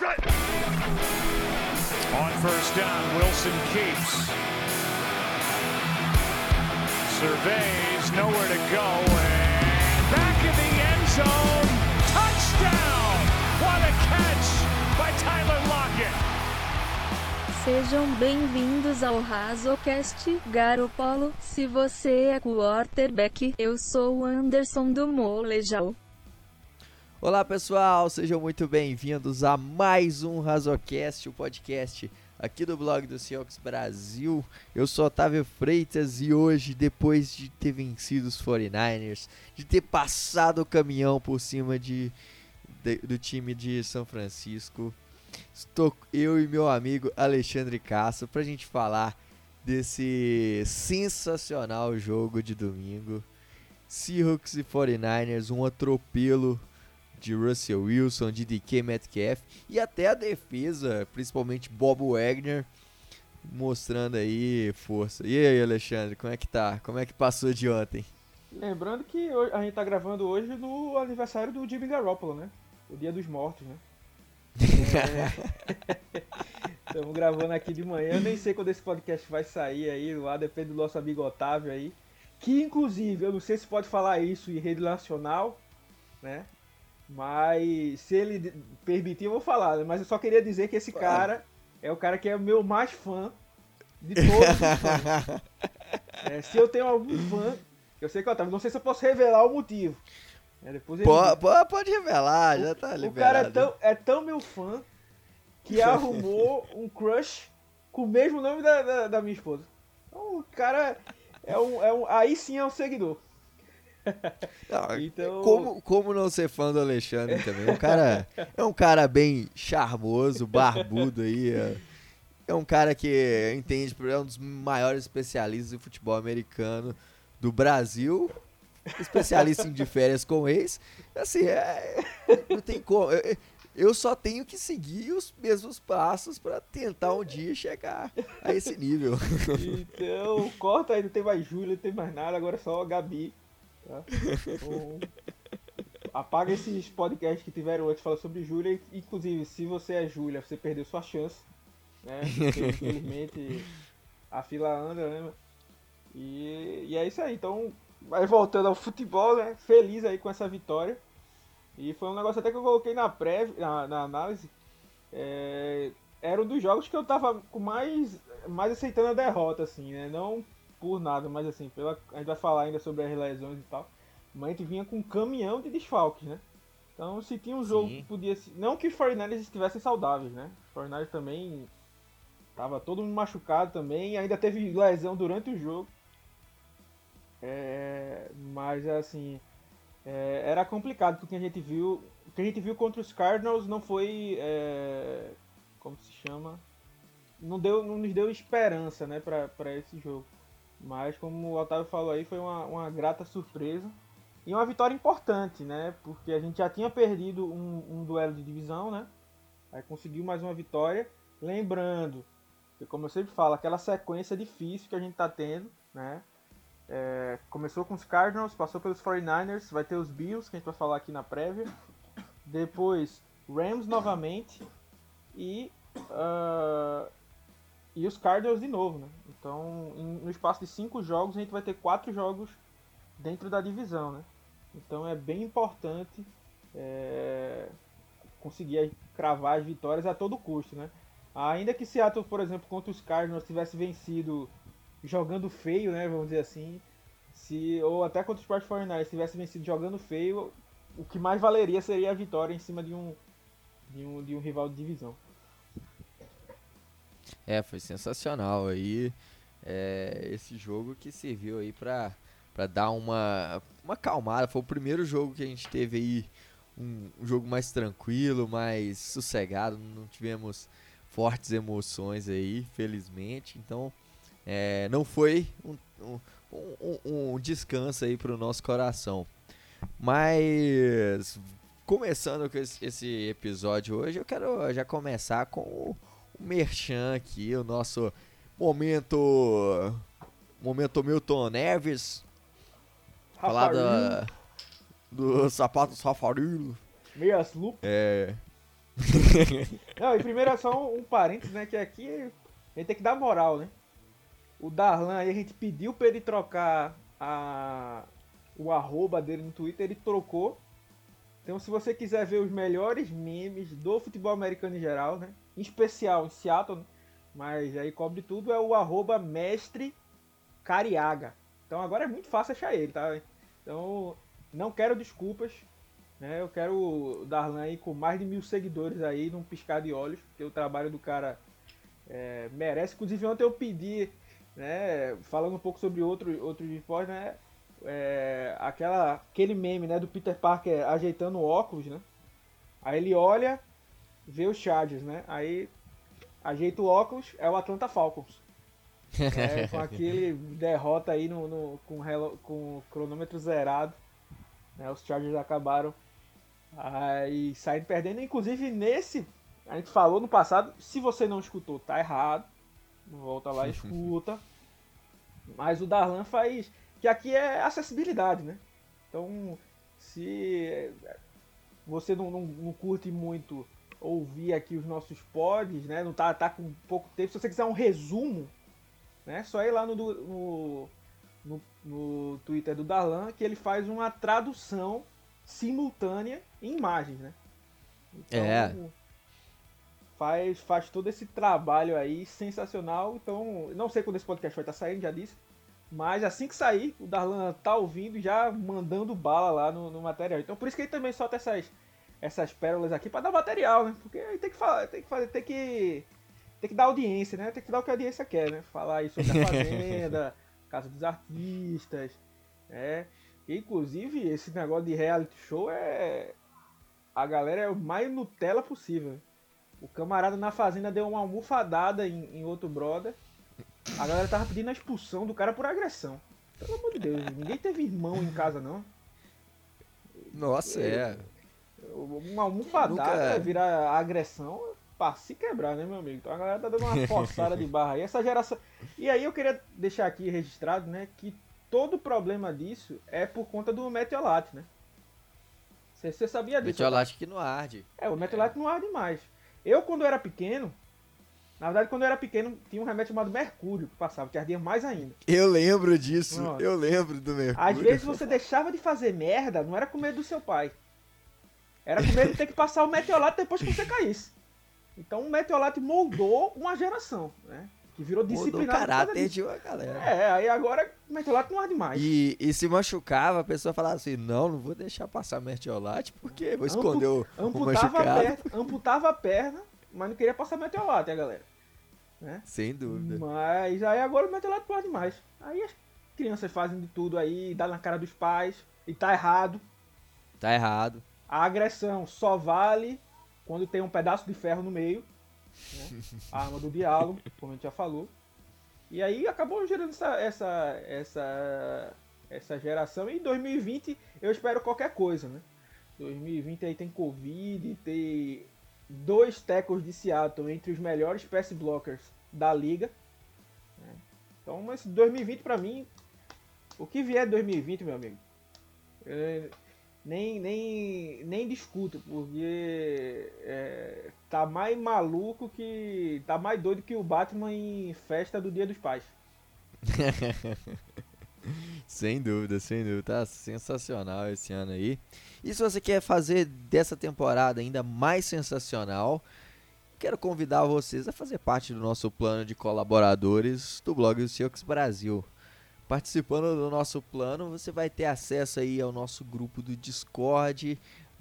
On first down, Wilson keeps. Surveys, nowhere to go, and back in the end zone. Touchdown! What a catch by Tyler Lockett! Sejam bem-vindos ao Razocast Garoppolo. Se você é quarterback, eu sou o Anderson do Molejão. Olá pessoal, sejam muito bem-vindos a mais um Razocast, o podcast aqui do blog do Seahawks Brasil. Eu sou Otávio Freitas e hoje, depois de ter vencido os 49ers, de ter passado o caminhão por cima do time de São Francisco, estou eu e meu amigo Alexandre Castro para a gente falar desse sensacional jogo de domingo. Seahawks e 49ers, um atropelo de Russell Wilson, de DK Metcalf e até a defesa, principalmente Bob Wagner, mostrando aí força. E aí, Alexandre, como é que tá? Como é que passou de ontem? Lembrando que a gente tá gravando hoje no aniversário do Jimmy Garoppolo, né? O Dia dos Mortos, né? Estamos gravando aqui de manhã, nem sei quando esse podcast vai sair aí, lá depende do nosso amigo Otávio aí, que inclusive, eu não sei se pode falar isso em rede nacional, né? Mas se ele permitir eu vou falar, né? Mas eu só queria dizer que esse cara é o cara que é o meu mais fã de todos os fãs. Se eu tenho algum fã, eu sei que eu não sei se eu posso revelar o motivo. Depois ele pode revelar, já tá liberado. O cara é tão meu fã que arrumou um crush com o mesmo nome da minha esposa. Então o cara aí sim é um seguidor. Não, então... como não ser fã do Alexandre também? É um cara bem charmoso, barbudo aí. É um cara que entende, é um dos maiores especialistas em futebol americano do Brasil. Especialista em de férias com ex. Assim, não tem como. Eu só tenho que seguir os mesmos passos para tentar um dia chegar a esse nível. Então, corta aí, não tem mais Júlia, não tem mais nada, agora é só a Gabi. Tá? Então, apaga esses podcasts que tiveram antes falando sobre Júlia. Inclusive, se você é Júlia, você perdeu sua chance, né? Porque, infelizmente a fila anda, né? E é isso aí. Então, vai voltando ao futebol, né? Feliz aí com essa vitória. E foi um negócio até que eu coloquei na análise. Era um dos jogos que eu tava com mais aceitando a derrota, assim, né? Não por nada, mas assim, a gente vai falar ainda sobre as lesões e tal, mas a gente vinha com um caminhão de desfalques, né? Então se tinha um jogo que podia... Não que os 49ers estivessem saudáveis, né? Os 49ers também tava todo mundo machucado também, e ainda teve lesão durante o jogo. Mas assim, era complicado, porque o que a gente viu contra os Cardinals não foi... como se chama? Não nos deu esperança, né, pra esse jogo. Mas como o Otávio falou aí, foi uma grata surpresa. E uma vitória importante, né? Porque a gente já tinha perdido um duelo de divisão, né? Aí conseguiu mais uma vitória. Lembrando, que como eu sempre falo, aquela sequência difícil que a gente tá tendo, né? Começou com os Cardinals, passou pelos 49ers, vai ter os Bills, que a gente vai falar aqui na prévia. Depois, Rams novamente. E os Cardinals de novo, né? Então, no espaço de 5 jogos, a gente vai ter 4 jogos dentro da divisão, né? Então, é bem importante conseguir cravar as vitórias a todo custo, né? Ainda que Seattle, por exemplo, contra os Cardinals tivesse vencido jogando feio, né? Vamos dizer assim. Ou até contra os 49ers tivesse vencido jogando feio, o que mais valeria seria a vitória em cima de um rival de divisão. Foi sensacional aí, esse jogo que serviu aí pra dar uma acalmada. Foi o primeiro jogo que a gente teve aí, um jogo mais tranquilo, mais sossegado, não tivemos fortes emoções aí, felizmente. Então, não foi um descanso aí pro nosso coração. Mas, começando com esse episódio hoje, eu quero já começar com o merchan aqui, o nosso momento Milton Neves. Falar dos sapatos Rafarilo. Meias Loop. Não, e primeiro é só um parênteses, né? Que aqui a gente tem que dar moral, né? O Darlan aí, a gente pediu pra ele trocar o arroba dele no Twitter, ele trocou. Então se você quiser ver os melhores memes do futebol americano em geral, né? Em especial em Seattle, né? Mas aí cobre tudo, é o arroba mestre Cariaga. Então agora é muito fácil achar ele, tá? Então não quero desculpas, né? Eu quero o Darlan aí com mais de 1.000 seguidores aí, num piscar de olhos, porque o trabalho do cara merece. Inclusive ontem eu pedi, né? Falando um pouco sobre outros esportes, né? Aquele meme, né, do Peter Parker ajeitando o óculos, né? Aí ele olha, vê os Chargers, né? Aí ajeita o óculos, é o Atlanta Falcons. Com aquele derrota aí com o cronômetro zerado, né? Os Chargers acabaram aí saindo perdendo. Inclusive nesse, a gente falou no passado, se você não escutou, tá errado. Volta lá e escuta. Mas o Darlan faz... Que aqui é acessibilidade, né? Então, se você não curte muito ouvir aqui os nossos pods, né? Não tá com pouco tempo. Se você quiser um resumo, né? Só ir lá no Twitter do Darlan, que ele faz uma tradução simultânea em imagens, né? Então, faz todo esse trabalho aí sensacional. Então, não sei quando esse podcast vai estar saindo, já disse. Mas assim que sair, o Darlan tá ouvindo e já mandando bala lá no material. Então por isso que ele também solta essas pérolas aqui pra dar material, né? Porque aí tem que dar audiência, né? Tem que dar o que a audiência quer, né? Falar aí sobre a Fazenda, Casa dos Artistas, né? E, inclusive, esse negócio de reality show a galera é o mais Nutella possível. O camarada na Fazenda deu uma almofadada em outro brother. A galera tava pedindo a expulsão do cara por agressão. Pelo amor de Deus, ninguém teve irmão em casa, não. Nossa, Uma almofadada vai virar agressão pra se quebrar, né, meu amigo? Então a galera tá dando uma forçada de barra aí. Essa geração... E aí eu queria deixar aqui registrado, né, que todo problema disso é por conta do Metiolate, né? Você sabia disso? Metiolate que não arde. O Metiolate não arde mais. Eu, quando era pequeno, na verdade, quando eu era pequeno, tinha um remédio chamado Mercúrio que passava, que ardia mais ainda. Eu lembro disso, Nossa. Eu lembro do Mercúrio. Às vezes você deixava de fazer merda, não era com medo do seu pai. Era com medo de ter que passar o Metiolate depois que você caísse. Então o Metiolate moldou uma geração, né? Que virou disciplinado. Moldou o caráter de uma galera. Aí agora o Metiolate não arde mais. E se machucava, a pessoa falava assim, não vou deixar passar Metiolate, porque vou esconder o machucado. Amputava a perna, mas não queria passar Metiolate, a galera. Né? Sem dúvida. Mas aí agora o Metiolate pode mais. Aí as crianças fazem de tudo aí, dá na cara dos pais, e tá errado. Tá errado. A agressão só vale quando tem um pedaço de ferro no meio, né? A arma do diálogo, como a gente já falou. E aí acabou gerando essa geração. E em 2020 eu espero qualquer coisa, né? 2020 aí tem Covid, tem 2 tackles de Seattle entre os melhores pass blockers da liga, né? Então, esse 2020 pra mim, o que vier de 2020, meu amigo, nem discuto, porque tá mais maluco que... tá mais doido que o Batman em festa do Dia dos Pais. Sem dúvida, tá sensacional esse ano aí. E se você quer fazer dessa temporada ainda mais sensacional, quero convidar vocês a fazer parte do nosso plano de colaboradores do blog do Seahawks Brasil. Participando do nosso plano, você vai ter acesso aí ao nosso grupo do Discord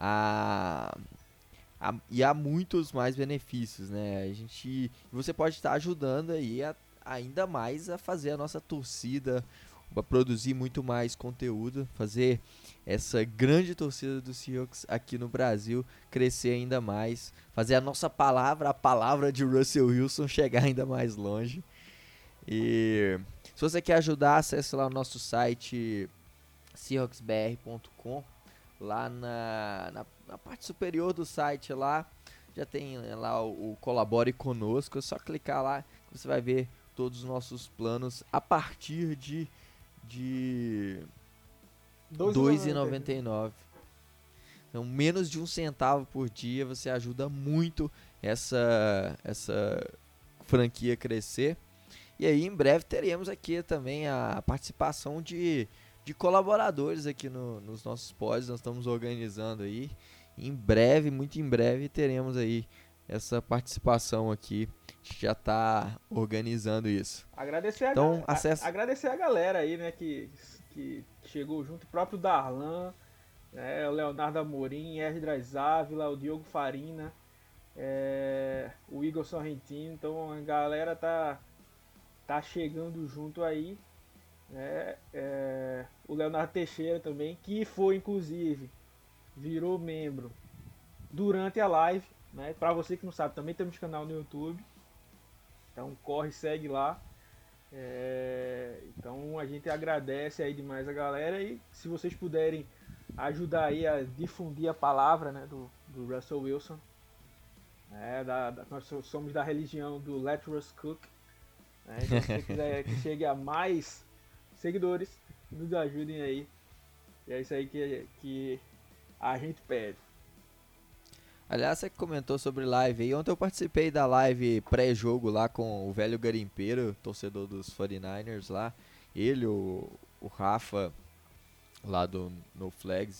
e a muitos mais benefícios, né? Você pode estar ajudando aí ainda mais a fazer a nossa torcida, para produzir muito mais conteúdo, fazer essa grande torcida do Seahawks aqui no Brasil crescer ainda mais, fazer a nossa palavra, a palavra de Russell Wilson chegar ainda mais longe. E se você quer ajudar, acesse lá o nosso site seahawksbr.com. Lá na parte superior do site lá já tem lá o Colabore Conosco. É só clicar lá que você vai ver todos os nossos planos a partir de R$ 2,99. Então, menos de 1 centavo por dia você ajuda muito essa franquia a crescer. E aí, em breve, teremos aqui também a participação de colaboradores aqui nos nossos pods. Nós estamos organizando aí. Em breve, muito em breve, teremos aí essa participação aqui. A gente já está organizando isso. Agradecer agradecer a galera aí, né, que chegou junto, o próprio Darlan, né, o Leonardo Amorim, Esdras Ávila, o Diogo Farina, o Igor Sorrentino. Então a galera tá chegando junto aí, né? O Leonardo Teixeira também, que foi, inclusive, virou membro durante a live, né? Pra você que não sabe, também temos canal no YouTube, então corre, segue lá. Então a gente agradece aí demais a galera, e se vocês puderem ajudar aí a difundir a palavra, né, do Russell Wilson, nós somos da religião do Let Russ Cook, né? Então, se você quiser que chegue a mais seguidores, nos ajudem aí, e é isso aí que a gente pede. Aliás, você que comentou sobre live aí, ontem eu participei da live pré-jogo lá com o velho garimpeiro, torcedor dos 49ers lá, ele, o Rafa lá do No Flags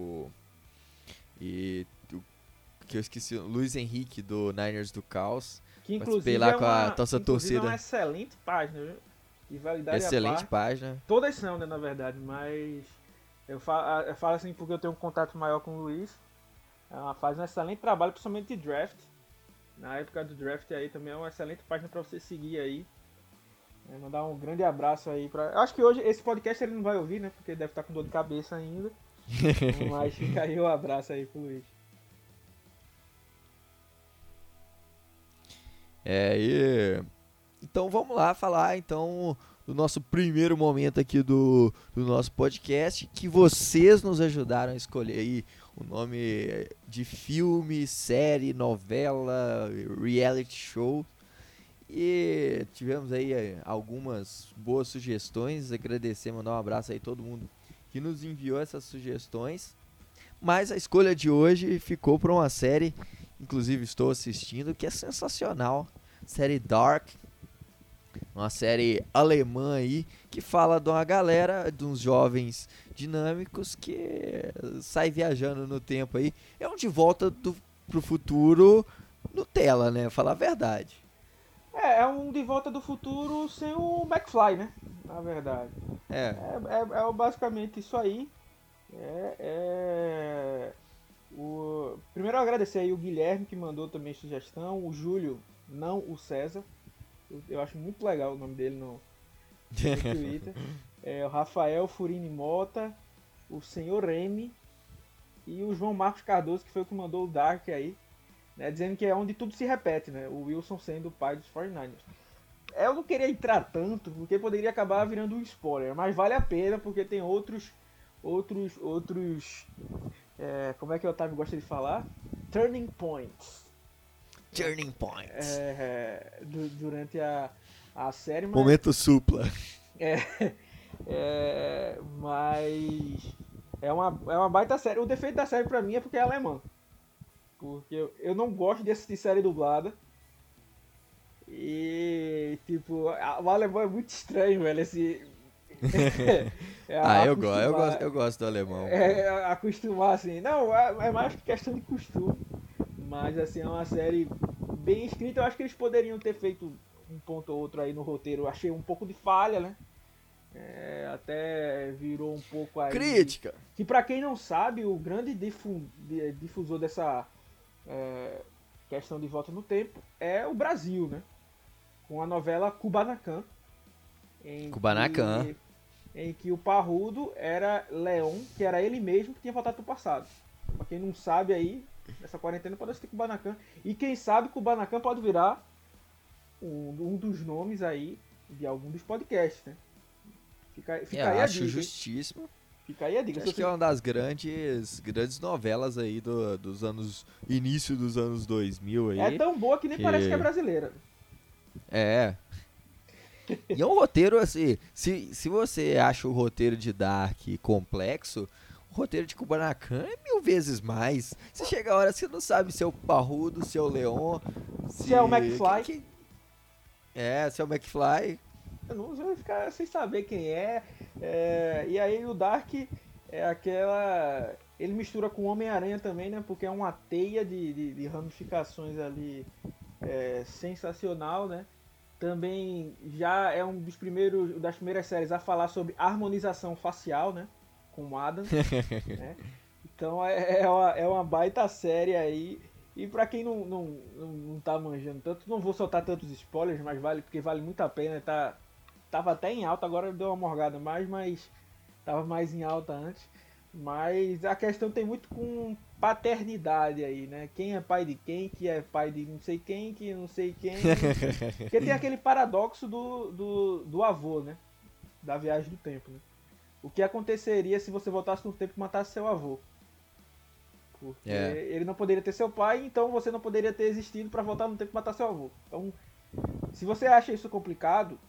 que eu esqueci, o Luiz Henrique do Niners do Caos. Que participei lá com a nossa torcida. É uma excelente página, viu? Rivalidade excelente página. Todas são, né, na verdade, mas eu falo assim porque eu tenho um contato maior com o Luiz. Ela faz um excelente trabalho, principalmente de draft. Na época do draft aí também é uma excelente página para você seguir aí. Mandar um grande abraço aí pra... Eu acho que hoje esse podcast ele não vai ouvir, né? Porque ele deve estar com dor de cabeça ainda. Mas fica aí o abraço aí pro Luiz. Então vamos lá falar então do nosso primeiro momento aqui do nosso podcast, que vocês nos ajudaram a escolher aí o nome de filme, série, novela, reality show. E tivemos aí algumas boas sugestões. Agradecer, mandar um abraço aí a todo mundo que nos enviou essas sugestões. Mas a escolha de hoje ficou para uma série, inclusive estou assistindo, que é sensacional. Série Dark. Uma série alemã aí, que fala de uma galera, de uns jovens dinâmicos que sai viajando no tempo aí. É um De Volta pro Futuro Nutella, né? Falar a verdade. É um De Volta do Futuro sem o McFly, né? Na verdade. É basicamente isso aí. Primeiro eu agradecer aí o Guilherme, que mandou também sugestão. O Júlio, não o César. Eu acho muito legal o nome dele no Twitter. O Rafael Furini Mota, o Senhor Remy e o João Marcos Cardoso, que foi o que mandou o Dark aí, né, dizendo que é onde tudo se repete, né? O Wilson sendo o pai dos 49ers. Eu não queria entrar tanto, porque poderia acabar virando um spoiler, mas vale a pena, porque tem outros como é que o Otávio gosta de falar? Turning points. Durante a série. Mas, momento supla. Mas é uma baita série. O defeito da série pra mim é porque é alemã. Porque eu não gosto de assistir série dublada. E tipo, o alemão é muito estranho, velho. Eu gosto do alemão. Acostumar assim. Não, é mais questão de costume. Mas assim, é uma série bem escrita. Eu acho que eles poderiam ter feito um ponto ou outro aí no roteiro. Eu achei um pouco de falha, né? Até virou um pouco aí... Crítica! Que pra quem não sabe, o grande difusor dessa questão de volta no tempo é o Brasil, né? Com a novela Kubanacan. Em que o parrudo era Leon, que era ele mesmo que tinha voltado pro passado. Pra quem não sabe aí, nessa quarentena pode assistir Kubanacan. E quem sabe Kubanacan pode virar um dos nomes aí de algum dos podcasts, né? Fica aí a acho dica. Justíssimo. Fica aí a dica. Acho que é uma das grandes novelas aí dos anos... Início dos anos 2000 aí. É tão boa que nem parece que é brasileira. E é um roteiro assim... Se você acha o roteiro de Dark complexo... O roteiro de Kubanacan é 1000 vezes mais. Você chega a hora, você não sabe se é o Parrudo, se é o Leon, Se é o McFly. Se é o McFly. Eu não vou ficar sem saber quem é. E aí o Dark é aquela... Ele mistura com o Homem-Aranha também, né? Porque é uma teia de ramificações ali sensacional, né? Também já é das primeiras séries a falar sobre harmonização facial, né? Com o Adam. Né? Então é uma baita série aí. E pra quem não tá manjando tanto, não vou soltar tantos spoilers, mas porque vale muito a pena. Tava até em alta, agora deu uma morgada mais, mas tava mais em alta antes. Mas a questão tem muito com paternidade aí, né? Quem é pai de quem, que é pai de não sei quem, que não sei quem. Porque tem aquele paradoxo do avô, né? Da viagem do tempo, né? O que aconteceria se você voltasse no tempo e matasse seu avô? Porque ele não poderia ter seu pai, então você não poderia ter existido para voltar no tempo e matar seu avô. Então, se você acha isso complicado...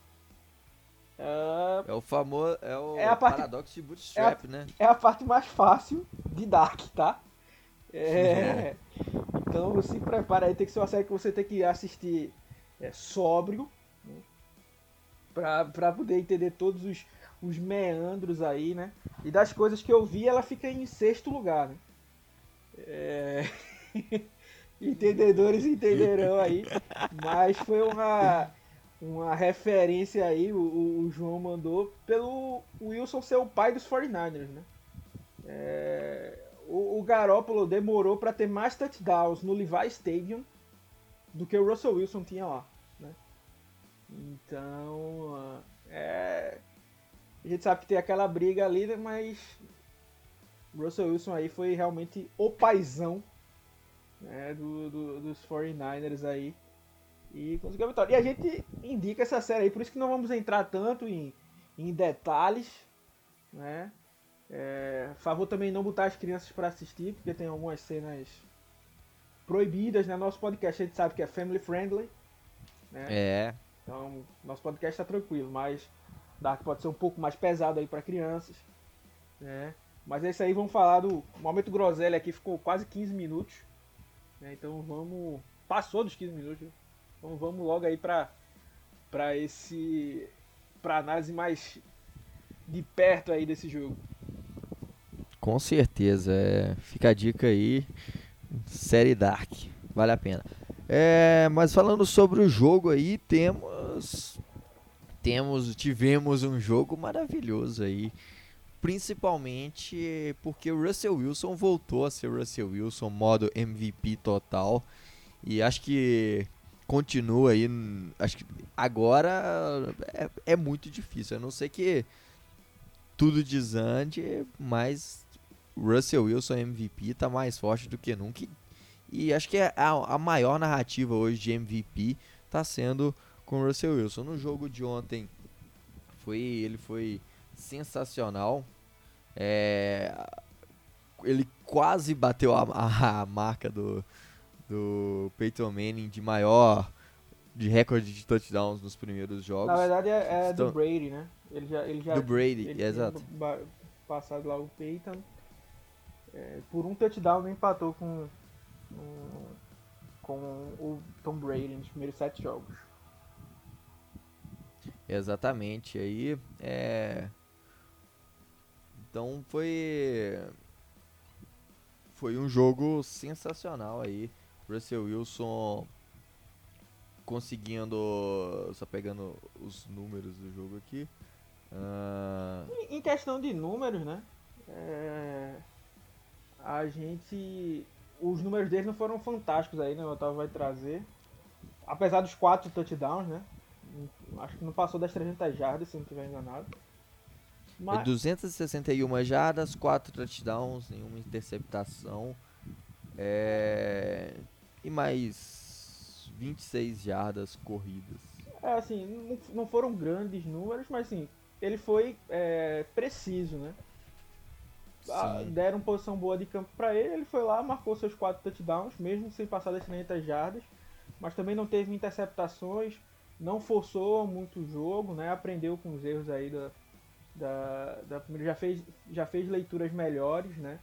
É o famoso. Paradoxo de Bootstrap, né? É a parte mais fácil de Dark, tá? Então se prepara aí, tem que ser uma série que você tem que assistir sóbrio, né? Pra poder entender todos os meandros aí, né? E das coisas que eu vi, ela fica em 6º lugar, né? Entendedores entenderão aí, mas foi uma referência aí, o João mandou, pelo Wilson ser o pai dos 49ers, né? O Garoppolo demorou para ter mais touchdowns no Levi Stadium do que o Russell Wilson tinha lá, né? Então, a gente sabe que tem aquela briga ali, né? Mas o Russell Wilson aí foi realmente o paizão, né, dos 49ers aí. E conseguiu a vitória. E a gente indica essa série aí, por isso que não vamos entrar tanto em detalhes, né? Favor também não botar as crianças para assistir, porque tem algumas cenas proibidas, né? Nosso podcast a gente sabe que é family friendly, né? Então, nosso podcast tá tranquilo, mas Dark pode ser um pouco mais pesado aí para crianças, né? Mas é isso aí, vamos falar do momento groselha aqui, ficou quase 15 minutos, né? Então passou dos 15 minutos, né? Então vamos logo aí pra análise mais de perto aí desse jogo. Com certeza, fica a dica aí, série Dark, vale a pena. Mas falando sobre o jogo aí, tivemos um jogo maravilhoso aí, principalmente porque o Russell Wilson voltou a ser o Russell Wilson, modo MVP total, e acho que continua aí, acho que agora é muito difícil, a não ser que tudo desande, mas o Russell Wilson MVP tá mais forte do que nunca, e acho que a maior narrativa hoje de MVP tá sendo com o Russell Wilson. No jogo de ontem ele foi sensacional, ele quase bateu a marca do Peyton Manning de recorde de touchdowns nos primeiros jogos. Na verdade do Brady, né? Ele já do Brady, exato. Passado lá o Peyton. Por um touchdown ele empatou com o Tom Brady nos primeiros 7 jogos. Exatamente. Aí então foi um jogo sensacional aí. Russell Wilson conseguindo, só pegando os números do jogo aqui. Em questão de números, né? Os números dele não foram fantásticos aí, né? O Otávio vai trazer. Apesar dos 4 touchdowns, né? Acho que não passou das 300 jardas, se não estiver enganado. Mas 261 jardas, 4 touchdowns, nenhuma interceptação. E mais 26 jardas corridas. Assim, não foram grandes números, mas assim, ele foi preciso, né? Deram posição boa de campo para ele foi lá, marcou seus 4 touchdowns, mesmo sem passar das 500 jardas, mas também não teve interceptações, não forçou muito o jogo, né? Aprendeu com os erros aí da primeira, já fez leituras melhores, né?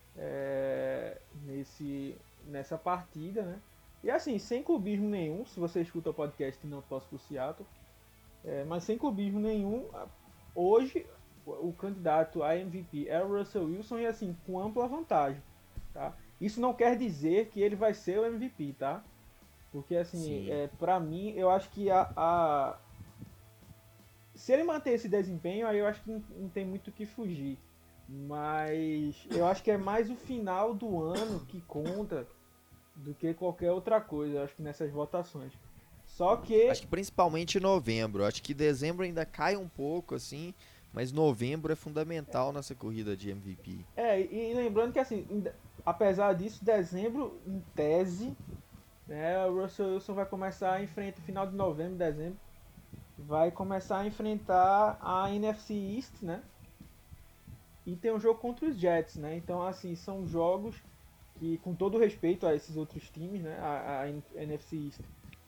Nessa partida, né? E assim, sem clubismo nenhum, se você escuta o podcast e não torce pro Seattle, mas sem clubismo nenhum, hoje o candidato a MVP é o Russell Wilson e assim, com ampla vantagem, tá? Isso não quer dizer que ele vai ser o MVP, tá? Porque assim, pra mim, eu acho que se ele manter esse desempenho, aí eu acho que não tem muito o que fugir. Mas eu acho que é mais o final do ano que conta do que qualquer outra coisa, eu acho que nessas votações. Só que... Acho que principalmente em novembro. Acho que dezembro ainda cai um pouco, assim, mas novembro é fundamental nessa corrida de MVP. E lembrando que assim, apesar disso, dezembro, em tese, né, o Russell Wilson vai começar a enfrentar, final de novembro, dezembro, vai começar a enfrentar a NFC East, né? E tem um jogo contra os Jets, né? Então, assim, são jogos que, com todo respeito a esses outros times, né? A NFC East,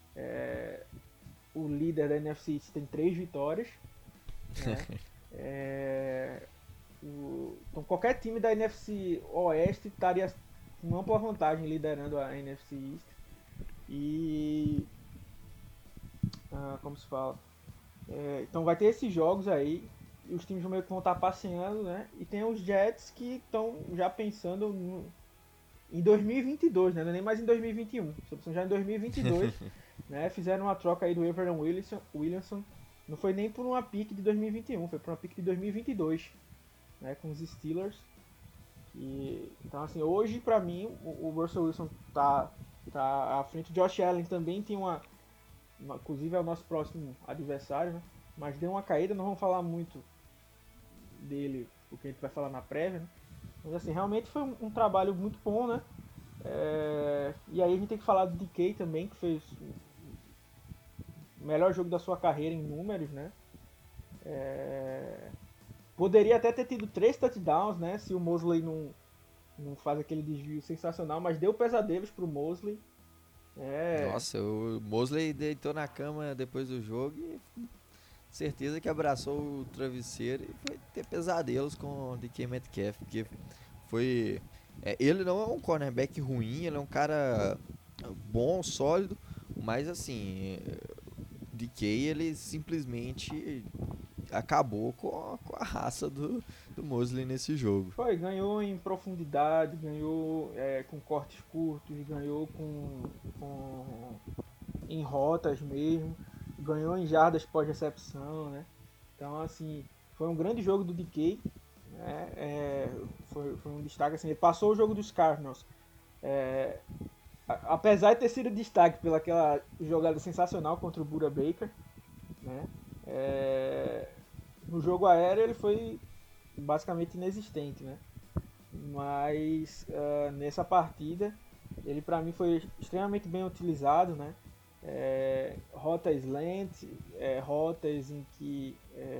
o líder da NFC East tem 3 vitórias, né? Então, qualquer time da NFC Oeste estaria com ampla vantagem liderando a NFC East. E... como se fala? Então vai ter esses jogos aí, e os times meio que vão estar passeando, né? E tem os Jets que estão já pensando em 2022, né? Não é nem mais em 2021, são já em 2022, né? Fizeram uma troca aí do Everett Williamson, não foi nem por uma pick de 2021, foi por uma pick de 2022, né? Com os Steelers. Então assim, hoje pra mim o Russell Wilson tá à frente. Josh Allen também tem inclusive é o nosso próximo adversário, né? Mas deu uma caída, não vamos falar muito dele, porque a gente vai falar na prévia, né? Mas assim, realmente foi um trabalho muito bom, né? E aí a gente tem que falar do DK também, que fez o melhor jogo da sua carreira em números, né? Poderia até ter tido 3 touchdowns, né? Se o Mosley não faz aquele desvio sensacional, mas deu pesadelos pro Mosley. Nossa, o Mosley deitou na cama depois do jogo e certeza que abraçou o travesseiro e foi ter pesadelos com o DK Metcalf, porque foi... ele não é um cornerback ruim, ele é um cara bom, sólido, mas assim, o DK ele simplesmente acabou com a raça do Mosley nesse jogo. Ganhou em profundidade, ganhou com cortes curtos, ganhou em rotas mesmo, ganhou em jardas pós-recepção, né? Então, assim, foi um grande jogo do DK, né? Foi um destaque, assim, ele passou o jogo dos Cardinals, apesar de ter sido destaque pelaquela jogada sensacional contra o Buda Baker, né? No jogo aéreo ele foi basicamente inexistente, né? Mas nessa partida ele para mim foi extremamente bem utilizado, né? Rota slant, rotas em que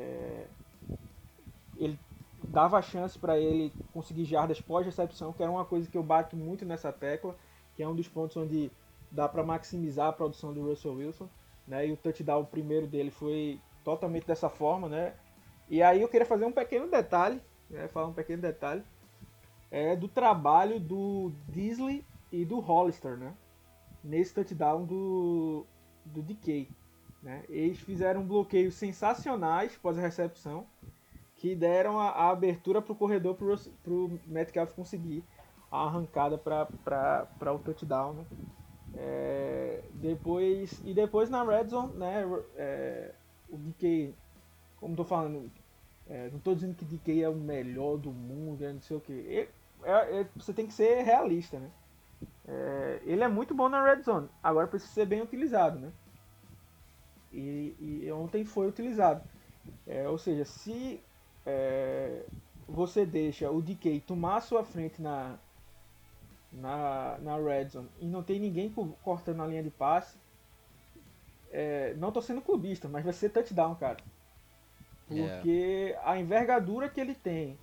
ele dava chance para ele conseguir jardas pós-recepção, que era uma coisa que eu bato muito nessa tecla, que é um dos pontos onde dá para maximizar a produção do Russell Wilson, né? E o touchdown primeiro dele foi totalmente dessa forma, né? E aí eu queria fazer um pequeno detalhe, né? Falar um pequeno detalhe do trabalho do Disley e do Hollister, né? Nesse touchdown do DK, né? Eles fizeram bloqueios sensacionais pós a recepção, que deram a abertura para o corredor para o Metcalf conseguir a arrancada para o touchdown, né? Depois na red zone, né? O DK, como estou falando, não estou dizendo que DK é o melhor do mundo, não sei o que. Você tem que ser realista, né? Ele é muito bom na red zone, agora precisa ser bem utilizado, né? E ontem foi utilizado. Ou seja, se você deixa o DK tomar a sua frente na red zone e não tem ninguém cortando a linha de passe, não estou sendo clubista, mas vai ser touchdown, cara. Porque a envergadura que ele tem,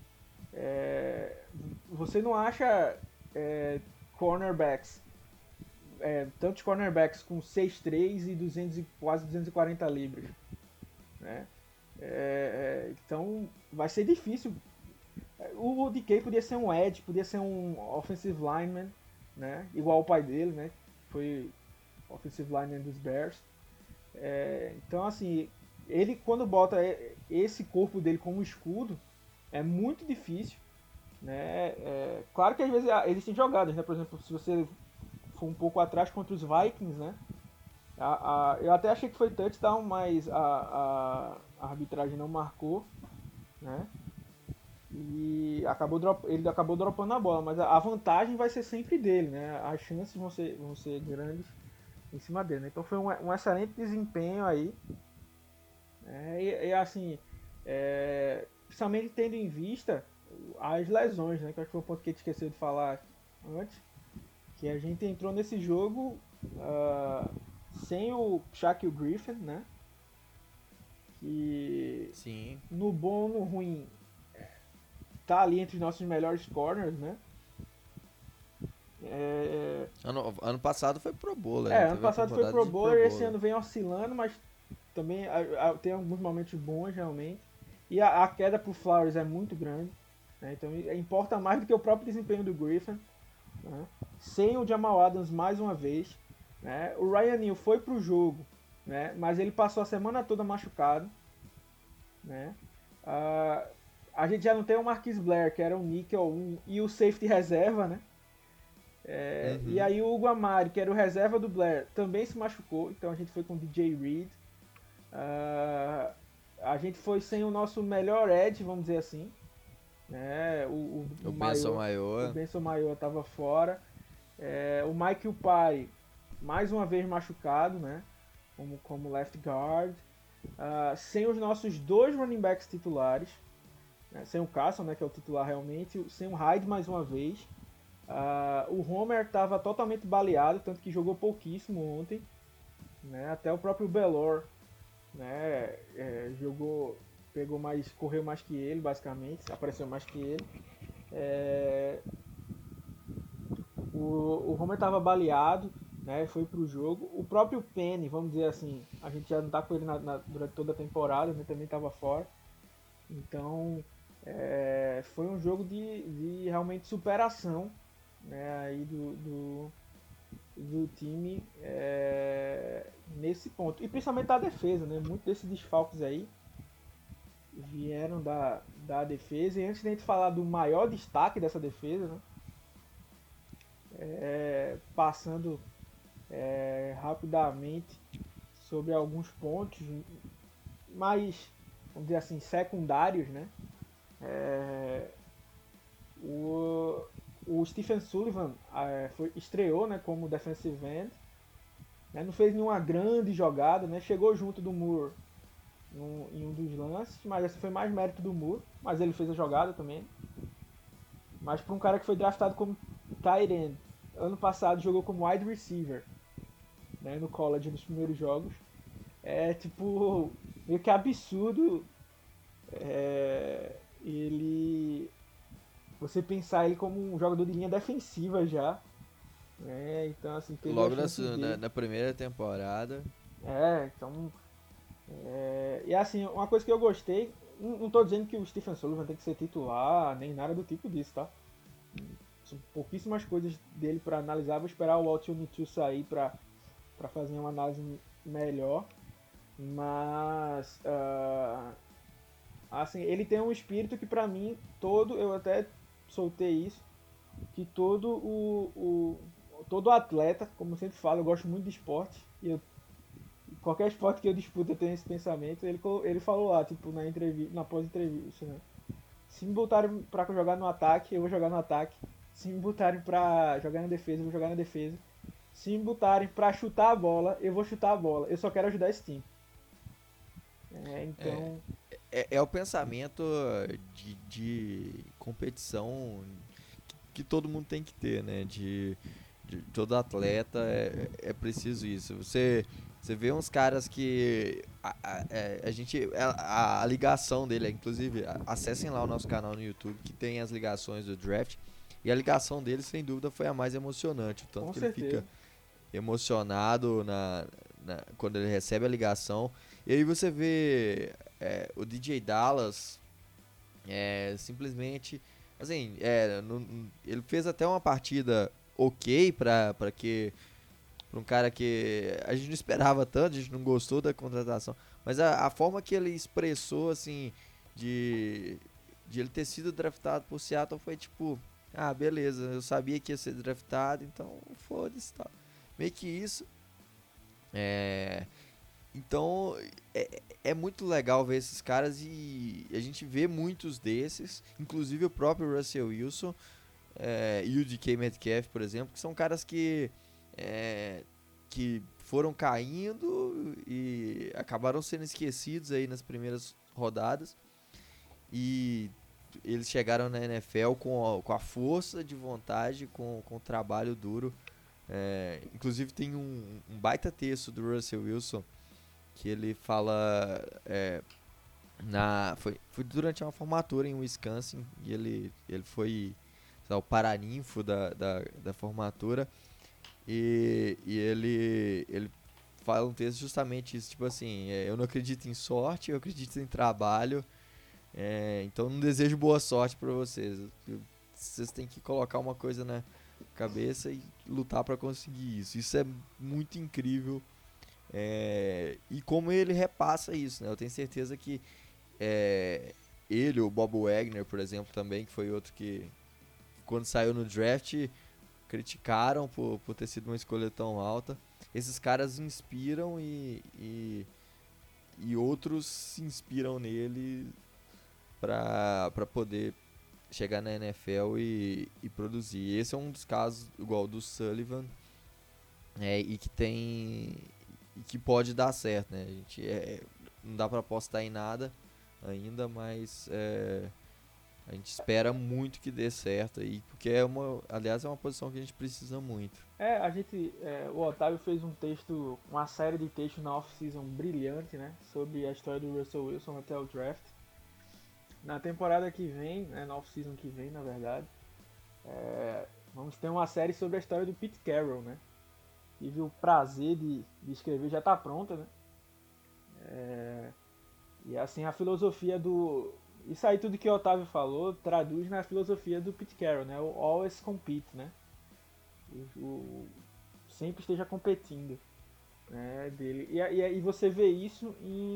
você não acha cornerbacks, tantos cornerbacks com 6'3 e quase 240 libras, né? Então vai ser difícil. O DK podia ser um edge, podia ser um offensive lineman, né? Igual o pai dele, né? Foi offensive lineman dos Bears. Então, assim, ele quando bota esse corpo dele como escudo, é muito difícil, né? Claro que às vezes existem jogadas, né? Por exemplo, se você for um pouco atrás contra os Vikings, né? Eu até achei que foi touchdown, mas a arbitragem não marcou, né? E ele acabou dropando a bola, mas a vantagem vai ser sempre dele, né? As chances vão ser grandes em cima dele, né? Então foi um excelente desempenho aí, e assim, principalmente tendo em vista as lesões, né? Que acho que foi um ponto que a gente esqueceu de falar antes, que a gente entrou nesse jogo sem o Shaquille Griffin, né? Que Sim. no bom ou no ruim tá ali entre os nossos melhores corners, né? Ano passado foi Pro Bowler. Ano passado foi Pro Bowler, esse ano vem oscilando, mas também tem alguns momentos bons realmente. E a queda pro Flowers é muito grande, né? Então importa mais do que o próprio desempenho do Griffin, né? Sem o Jamal Adams mais uma vez, né? O Ryan Neal foi pro jogo, né? Mas ele passou a semana toda machucado, né? A gente já não tem o Marquise Blair, que era o níquel 1 e o safety reserva, né? E aí o Hugo Amari, que era o reserva do Blair, também se machucou, então a gente foi com o DJ Reed. A gente foi sem o nosso melhor edge, vamos dizer assim, né? O Benson Mayowa. O Benson Mayowa estava fora. O Mike Upari, mais uma vez machucado, né? Como left guard. Sem os nossos 2 running backs titulares, né? Sem o Carson, né, que é o titular realmente, sem o Hyde mais uma vez. O Homer estava totalmente baleado, tanto que jogou pouquíssimo ontem, né? Até o próprio Bellor, né, correu mais que ele, basicamente, apareceu mais que ele. O Homer estava baleado, né, foi pro jogo. O próprio Penny, vamos dizer assim, a gente já não tá com ele durante toda a temporada, né, também estava fora. Então foi um jogo de realmente superação, né, aí do time nesse ponto. E principalmente da defesa, né? Muitos desses desfalques aí vieram da defesa. E antes de a gente falar do maior destaque dessa defesa, né? Passando rapidamente sobre alguns pontos mais, vamos dizer assim, secundários, né? O Stephen Sullivan estreou, né, como defensive end, né? Não fez nenhuma grande jogada, né? Chegou junto do Moore em um dos lances, mas esse foi mais mérito do Moore, mas ele fez a jogada também. Mas para um cara que foi draftado como tight end, ano passado jogou como wide receiver, né, no college nos primeiros jogos, tipo meio que absurdo você pensar ele como um jogador de linha defensiva já, né? Então assim, logo na primeira temporada. Então e assim, uma coisa que eu gostei, não tô dizendo que o Stephen Sullivan tem que ser titular, nem nada do tipo disso, tá? São pouquíssimas coisas dele para analisar, vou esperar o Walt Unitu sair para fazer uma análise melhor, mas assim, ele tem um espírito que para mim eu até soltei isso, que todo atleta, como eu sempre falo, eu gosto muito de esporte, e qualquer esporte que eu disputo eu tenho esse pensamento. Ele falou lá, tipo, na pós-entrevista, né? Se me botarem pra jogar no ataque, eu vou jogar no ataque. Se me botarem pra jogar na defesa, eu vou jogar na defesa. Se me botarem pra chutar a bola, eu vou chutar a bola. Eu só quero ajudar esse time. Então... É o pensamento de competição que todo mundo tem que ter, né? De todo atleta é preciso isso. Você vê uns caras que a ligação dele, inclusive, acessem lá o nosso canal no YouTube que tem as ligações do draft, e a ligação dele, sem dúvida, foi a mais emocionante, o tanto Com que certeza. ele fica emocionado quando ele recebe a ligação. E aí você vê o DJ Dallas simplesmente, assim, ele fez até uma partida ok para um cara que a gente não esperava tanto, a gente não gostou da contratação, mas a forma que ele expressou, assim, de ele ter sido draftado por Seattle foi tipo, beleza, eu sabia que ia ser draftado, então foda-se, tal. Meio que isso. Então é muito legal ver esses caras e a gente vê muitos desses, inclusive o próprio Russell Wilson e o DK Metcalf, por exemplo, que são caras que foram caindo e acabaram sendo esquecidos aí nas primeiras rodadas, e eles chegaram na NFL com a força de vontade, com o trabalho duro. Inclusive tem um baita texto do Russell Wilson que ele fala foi durante uma formatura em Wisconsin, e ele foi o paraninfo da formatura, e ele fala um texto justamente isso, tipo assim, eu não acredito em sorte, eu acredito em trabalho, então não desejo boa sorte para vocês. Vocês têm que colocar uma coisa na cabeça e lutar para conseguir isso. Isso é muito incrível, e como ele repassa isso, né? Eu tenho certeza que ele, o Bob Wagner, por exemplo, também, que foi outro que quando saiu no draft criticaram por ter sido uma escolha tão alta. Esses caras inspiram e outros se inspiram nele para poder chegar na NFL e produzir. Esse é um dos casos, igual do Sullivan, e que pode dar certo, né? A gente não dá para apostar em nada ainda, mas a gente espera muito que dê certo aí, porque aliás, é uma posição que a gente precisa muito. O Otávio fez uma série de textos na off-season brilhante, né, sobre a história do Russell Wilson até o draft. Na temporada que vem, né, na off-season que vem, na verdade, vamos ter uma série sobre a história do Pete Carroll, né? Tive o prazer de escrever, já está pronta, né? E assim, a filosofia isso aí tudo que o Otávio falou traduz na filosofia do Pete Carroll, né? O always compete, né? Sempre esteja competindo, né, dele. E você vê isso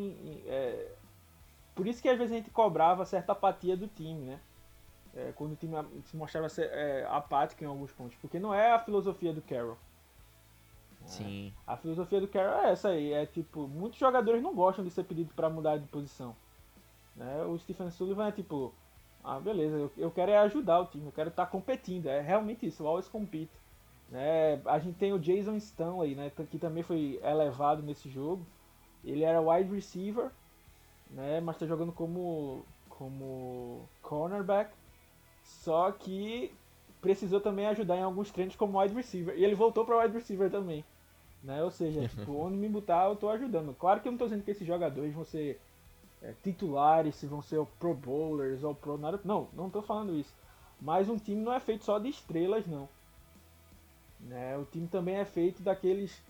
por isso que às vezes a gente cobrava certa apatia do time, né? Quando o time se mostrava ser apático em alguns pontos, porque não é a filosofia do Carroll. Sim. A filosofia do Carroll é essa aí, tipo, muitos jogadores não gostam de ser pedido para mudar de posição, né? O Stephen Sullivan é tipo, beleza, eu quero ajudar o time, eu quero estar competindo, é realmente isso, always compete, né? A gente tem o Jason Stanley, né, que também foi elevado nesse jogo. Ele era wide receiver, né, mas está jogando como cornerback, só que precisou também ajudar em alguns treinos como wide receiver, e ele voltou para wide receiver também, né? Ou seja, tipo, onde me botar eu estou ajudando. Claro que eu não estou dizendo que esses jogadores vão ser titulares, se vão ser pro bowlers ou pro nada, não estou falando isso, mas um time não é feito só de estrelas, não, né? O time também é feito daqueles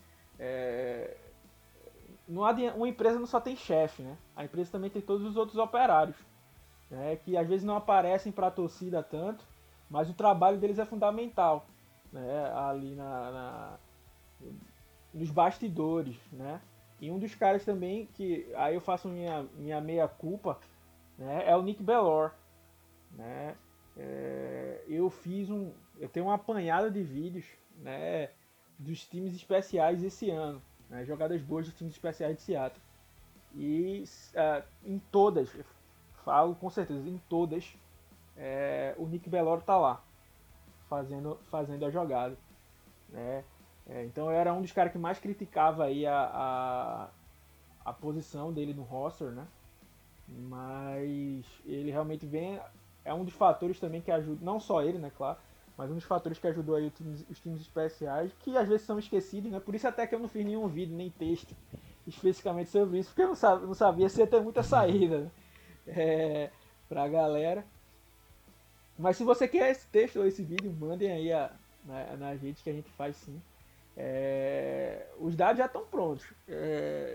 uma empresa não só tem chefe, né? A empresa também tem todos os outros operários, né? Que às vezes não aparecem para a torcida tanto, mas o trabalho deles é fundamental, né? Ali nos bastidores, né? E um dos caras também que aí eu faço minha meia culpa, né? É o Nick Bellore, né? Eu tenho uma apanhada de vídeos, né, dos times especiais esse ano, né, jogadas boas dos times especiais de Seattle, e em todas, falo com certeza, em todas, o Nick Bellore tá lá fazendo a jogada, né? Então eu era um dos caras que mais criticava aí a posição dele no roster, né? Mas ele realmente é um dos fatores também que ajuda, não só ele, né, claro, mas um dos fatores que ajudou aí os times especiais, que às vezes são esquecidos, né? Por isso até que eu não fiz nenhum vídeo, nem texto especificamente sobre isso, porque eu não sabia se ia ter muita saída, né, pra galera. Mas se você quer esse texto ou esse vídeo, mandem aí na gente, que a gente faz sim. Os dados já estão prontos.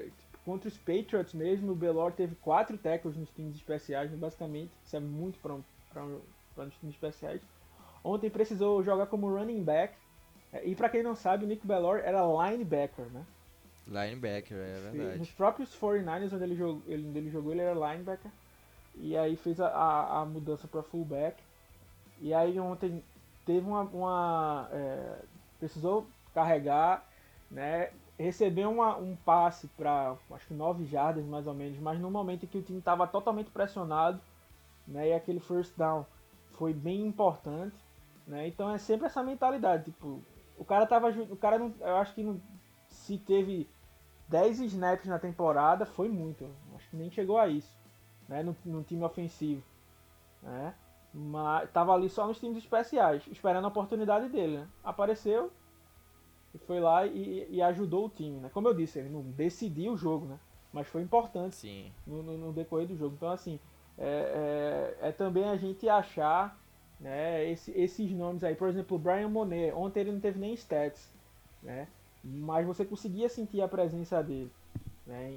contra os Patriots mesmo, o Bellore teve 4 tackles nos times especiais, né, basicamente. Isso é muito para os times especiais. Ontem precisou jogar como running back. E para quem não sabe, o Nick Bellore era linebacker, né? Linebacker, é verdade. Nos próprios 49ers, onde ele jogou, ele era linebacker. E aí fez a mudança para fullback. E aí ontem teve precisou carregar, né? Recebeu um passe para acho que 9 jardas mais ou menos, mas no momento em que o time estava totalmente pressionado, né? E aquele first down foi bem importante, né? Então é sempre essa mentalidade, tipo, o cara não, eu acho que não, se teve 10 snaps na temporada, foi muito, acho que nem chegou a isso, né? No time ofensivo, né? Mas tava ali só nos times especiais, esperando a oportunidade dele, né? Apareceu e foi lá e ajudou o time, né? Como eu disse, ele não decidiu o jogo, né? Mas foi importante. Sim. No decorrer do jogo. Então, assim, é também a gente achar, né, esses nomes aí. Por exemplo, o Brian Monet. Ontem ele não teve nem stats, né? Mas você conseguia sentir a presença dele, né,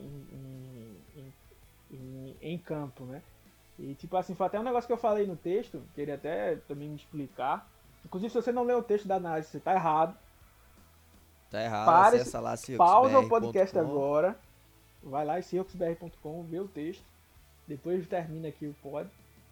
em campo, né? E, tipo assim, foi até um negócio que eu falei no texto, queria até também me explicar. Inclusive, se você não leu o texto da análise, você tá errado. Tá errado, acessa lá pausa o podcast seahawksbr.com. agora, vai lá em seahawksbr.com, vê o texto, depois termina aqui o pod.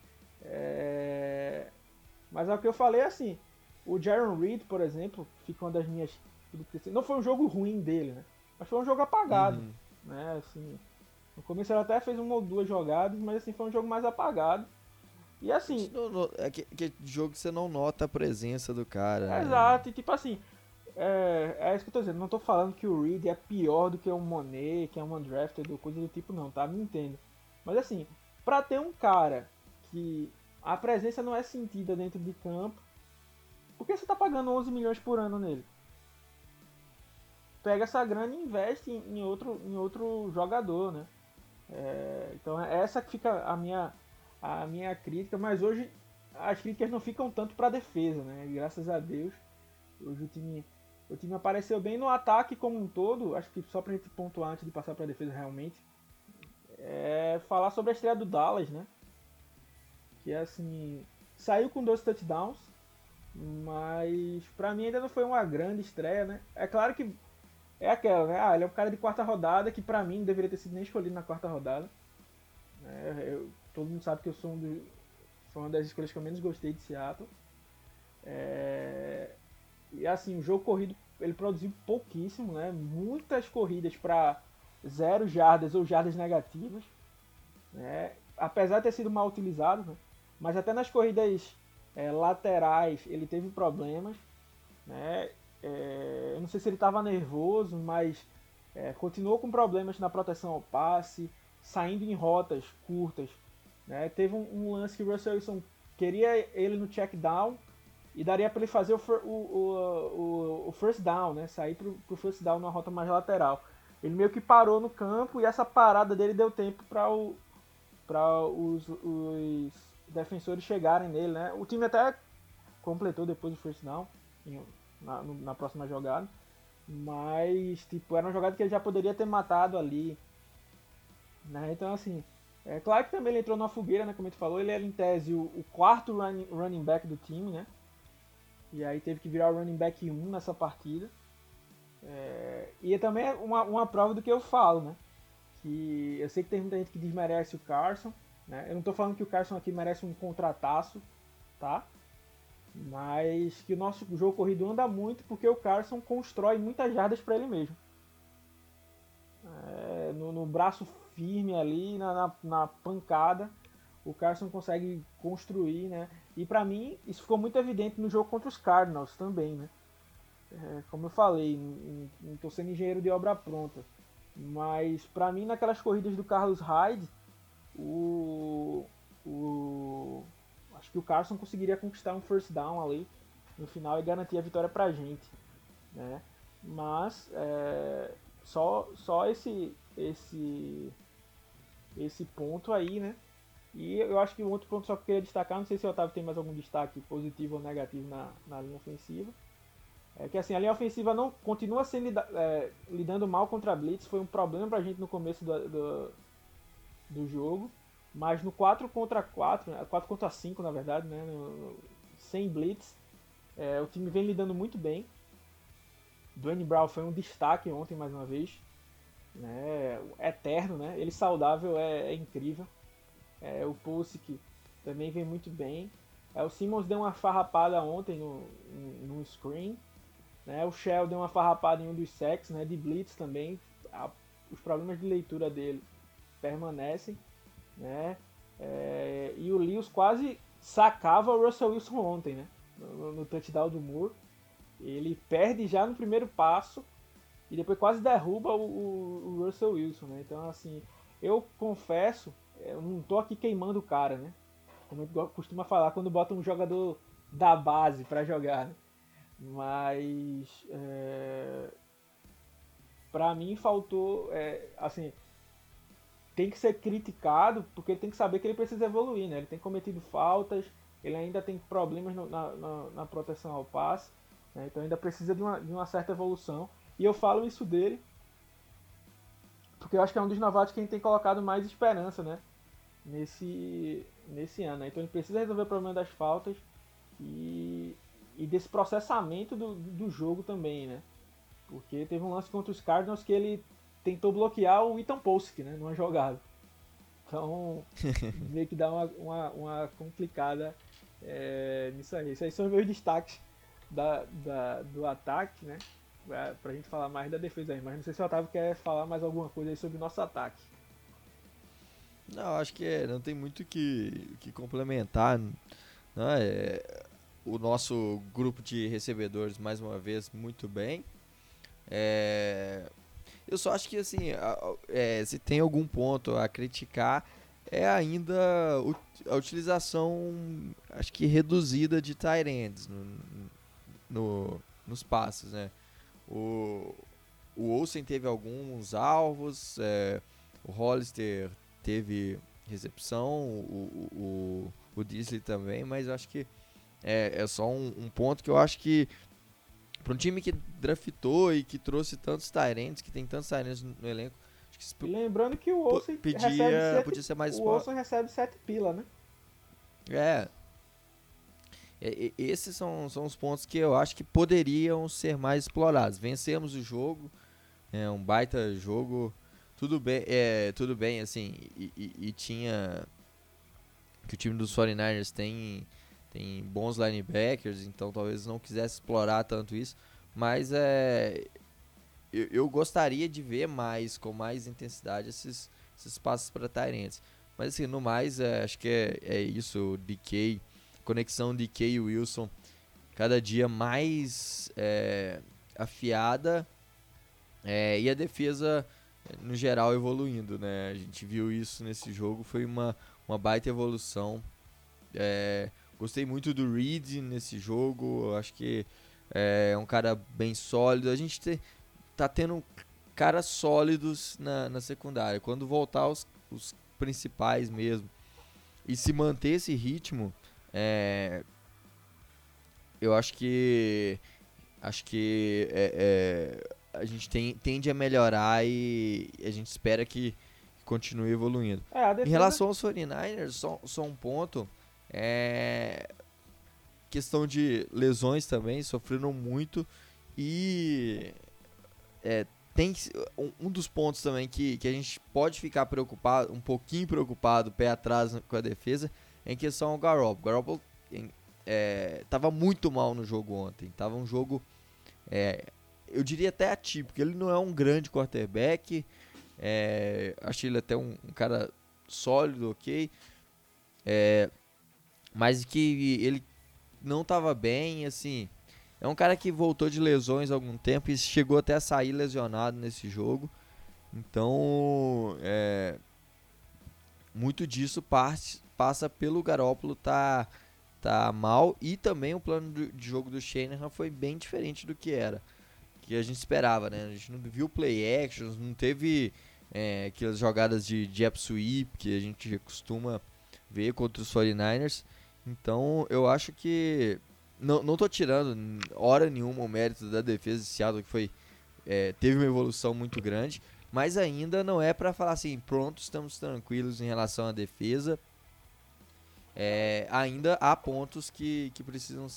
Mas é o que eu falei, assim, o Jaron Reed, por exemplo, fica uma das minhas... Não foi um jogo ruim dele, né? Mas foi um jogo apagado, né? Assim, no começo ele até fez 1 ou 2 jogadas, mas assim, foi um jogo mais apagado. E assim... Que jogo que você não nota a presença do cara, né? Exato, e tipo assim... É isso que eu tô dizendo, não tô falando que o Reed é pior do que o Monet, que é um undrafted ou coisa do tipo não, tá? Me entendo. Mas assim, pra ter um cara que a presença não é sentida dentro de campo, por que você tá pagando 11 milhões por ano nele? Pega essa grana e investe em outro jogador, né? Então é essa que fica a minha crítica, mas hoje as críticas não ficam tanto pra defesa, né? Graças a Deus, hoje o time apareceu bem no ataque como um todo. Acho que só pra gente pontuar antes de passar pra defesa realmente, falar sobre a estreia do Dallas, né? Que assim, saiu com 2 touchdowns, mas pra mim ainda não foi uma grande estreia, né? É claro que é aquela, né? Ele é um cara de 4ª rodada, que pra mim não deveria ter sido nem escolhido na 4ª rodada. Todo mundo sabe que eu sou foi uma das escolhas que eu menos gostei de Seattle. E assim, o jogo corrido ele produziu pouquíssimo, né? Muitas corridas para 0 jardas ou jardas negativas, né? Apesar de ter sido mal utilizado, né? Mas até nas corridas laterais ele teve problemas, né? Eu não sei se ele estava nervoso, mas continuou com problemas na proteção ao passe, saindo em rotas curtas, né? Teve um lance que o Russell Wilson queria ele no check down e daria para ele fazer o first down, né? Sair pro first down numa rota mais lateral. Ele meio que parou no campo e essa parada dele deu tempo para os defensores chegarem nele, né? O time até completou depois o first down na próxima jogada, mas tipo, era uma jogada que ele já poderia ter matado ali, né? Então assim, é claro que também ele entrou na fogueira, né? Como a gente falou, ele era em tese o 4º running back do time, né? E aí teve que virar o running back 1 nessa partida. E também é uma prova do que eu falo, né? Que eu sei que tem muita gente que desmerece o Carson, né? Eu não tô falando que o Carson aqui merece um contrataço, tá? Mas que o nosso jogo corrido anda muito porque o Carson constrói muitas jardas para ele mesmo. No braço firme ali, na pancada, o Carson consegue construir, né? E pra mim, isso ficou muito evidente no jogo contra os Cardinals também, né? Como eu falei, não tô sendo engenheiro de obra pronta, mas pra mim, naquelas corridas do Carlos Hyde, acho que o Carson conseguiria conquistar um first down ali no final e garantir a vitória pra gente, né? Mas só esse ponto aí, né? E eu acho que um outro ponto só que eu queria destacar, não sei se o Otávio tem mais algum destaque positivo ou negativo na linha ofensiva, É que assim, a linha ofensiva não continua sendo lidando mal contra a Blitz, foi um problema pra gente no começo do jogo, mas no 4 contra 4, 4 contra 5 na verdade, né, sem Blitz, o time vem lidando muito bem. Dwayne Brown foi um destaque ontem mais uma vez, né, eterno, né, ele saudável é incrível. O Pulisic também vem muito bem. O Simmons deu uma farrapada ontem no screen, né? O Shell deu uma farrapada em um dos sacks, né? De blitz também. Os problemas de leitura dele permanecem, né? E o Lewis quase sacava o Russell Wilson ontem, né? No touchdown do Moore. Ele perde já no primeiro passo e depois quase derruba o Russell Wilson, né? Então, assim, eu confesso, eu não tô aqui queimando o cara, né? Como eu costumo falar quando bota um jogador da base para jogar, né? Mas para mim faltou, assim, tem que ser criticado porque ele tem que saber que ele precisa evoluir, né? Ele tem cometido faltas, ele ainda tem problemas na proteção ao passe, né? Então ainda precisa de uma certa evolução. E eu falo isso dele porque eu acho que é um dos novatos que a gente tem colocado mais esperança, né? Nesse ano, né? Então ele precisa resolver o problema das faltas e desse processamento do jogo também, né? Porque teve um lance contra os Cardinals que ele tentou bloquear o Ethan Pocic, né? Numa jogada. Então, meio que dá uma complicada nisso aí. Esses aí são os meus destaques do ataque, né? Pra gente falar mais da defesa aí. Mas não sei se o Otávio quer falar mais alguma coisa aí sobre o nosso ataque. Não, acho que não tem muito que complementar. Não, o nosso grupo de recebedores, mais uma vez, muito bem. Eu só acho que, assim, se tem algum ponto a criticar, é ainda a utilização, acho que reduzida de tight ends nos passes, né? O Olsen teve alguns alvos, o Hollister teve recepção, o Disley também, mas eu acho que é só um ponto que eu acho que para um time que draftou e que trouxe tantos tight ends, que tem tantos tight ends no elenco, acho que e lembrando que o Olsen podia ser mais Olsen recebe 7 pila, né? Esses são os pontos que eu acho que poderiam ser mais explorados. Vencemos o jogo, um baita jogo, tudo bem, assim, e tinha que o time dos 49ers tem bons linebackers, então talvez não quisesse explorar tanto isso, mas eu gostaria de ver com mais intensidade esses passos para tight ends. Mas assim, no mais, acho que é isso, o DK, conexão DK e Wilson, cada dia mais afiada, e a defesa, no geral, evoluindo, né? A gente viu isso nesse jogo, foi uma baita evolução. Gostei muito do Reed nesse jogo, acho que é um cara bem sólido. A gente tá tendo caras sólidos na secundária. Quando voltar os principais mesmo e se manter esse ritmo, eu acho que a gente tende a melhorar e a gente espera que continue evoluindo. Em relação aos 49ers, só um ponto, questão de lesões também, sofreram muito e tem um dos pontos também que a gente pode ficar preocupado, um pouquinho preocupado, pé atrás com a defesa, em questão ao Garoppolo. Garoppolo estava muito mal no jogo ontem, estava um jogo, eu diria até atípico, ele não é um grande quarterback, achei ele até um cara sólido, ok, mas que ele não estava bem, assim, é um cara que voltou de lesões há algum tempo e chegou até a sair lesionado nesse jogo, então muito disso passa pelo Garoppolo tá mal, e também o plano de jogo do Shanahan foi bem diferente do que a gente esperava, né? A gente não viu play actions, não teve aquelas jogadas de jab sweep que a gente costuma ver contra os 49ers. Então eu acho que não tô tirando hora nenhuma o mérito da defesa de Seattle, que teve uma evolução muito grande, mas ainda não é para falar assim, pronto, estamos tranquilos em relação à defesa. Ainda há pontos que precisam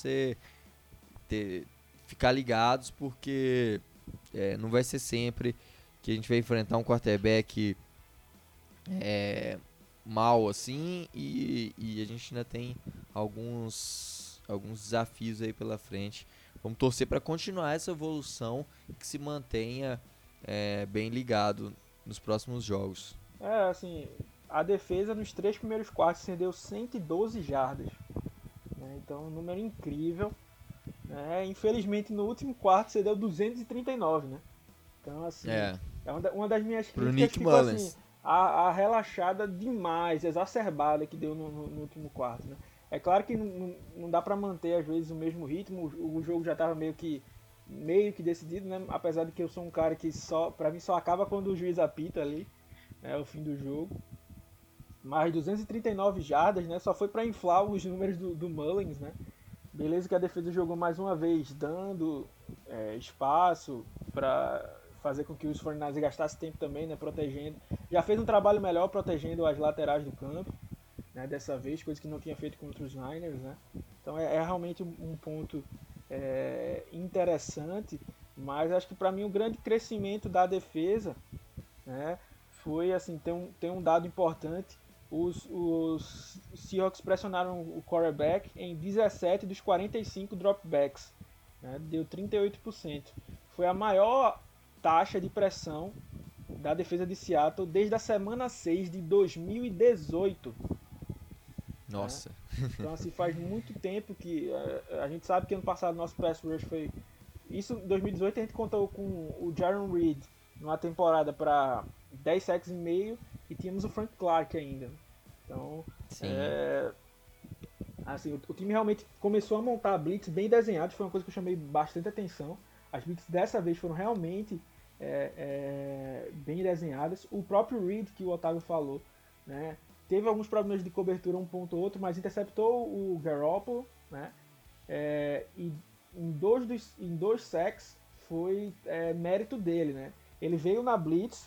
ficar ligados, porque não vai ser sempre que a gente vai enfrentar um quarterback mal assim, e a gente ainda tem alguns desafios aí pela frente. Vamos torcer para continuar essa evolução e que se mantenha bem ligado nos próximos jogos. Assim, a defesa nos 3 primeiros quartos cedeu 112 jardas, né? Então, um número incrível, né? Infelizmente, no último quarto cedeu 239, né? Então, assim, é uma das minhas críticas, ficou assim, a relaxada demais, exacerbada que deu no último quarto, né? É claro que não dá pra manter às vezes o mesmo ritmo, o jogo já tava meio que decidido, né? Apesar de que eu sou um cara que pra mim só acaba quando o juiz apita ali, né, o fim do jogo. Mas 239 jardas, né, só foi para inflar os números do Mullins, né? Beleza que a defesa jogou mais uma vez, dando espaço para fazer com que os 49ers gastassem tempo também, né, protegendo. Já fez um trabalho melhor protegendo as laterais do campo, né, dessa vez, coisa que não tinha feito contra os Niners, né? Então é realmente um ponto interessante, mas acho que para mim o grande crescimento da defesa, né, foi assim, tem um dado importante. Os Seahawks pressionaram o quarterback em 17 dos 45 dropbacks, né? Deu 38%. Foi a maior taxa de pressão da defesa de Seattle desde a semana 6 de 2018. Nossa. Né? Então, assim, faz muito tempo que a gente sabe que ano passado nosso pass rush foi... Isso em 2018 a gente contou com o Jaron Reed numa temporada para 10 sacks e meio, e tínhamos o Frank Clark ainda. Então, assim, o time realmente começou a montar blitz bem desenhados, foi uma coisa que eu chamei bastante atenção. As blitz dessa vez foram realmente bem desenhadas. O próprio Reed, que o Otávio falou, né, teve alguns problemas de cobertura um ponto ou outro, mas interceptou o Garoppolo, né, e em dois sacks foi mérito dele, né. Ele veio na blitz,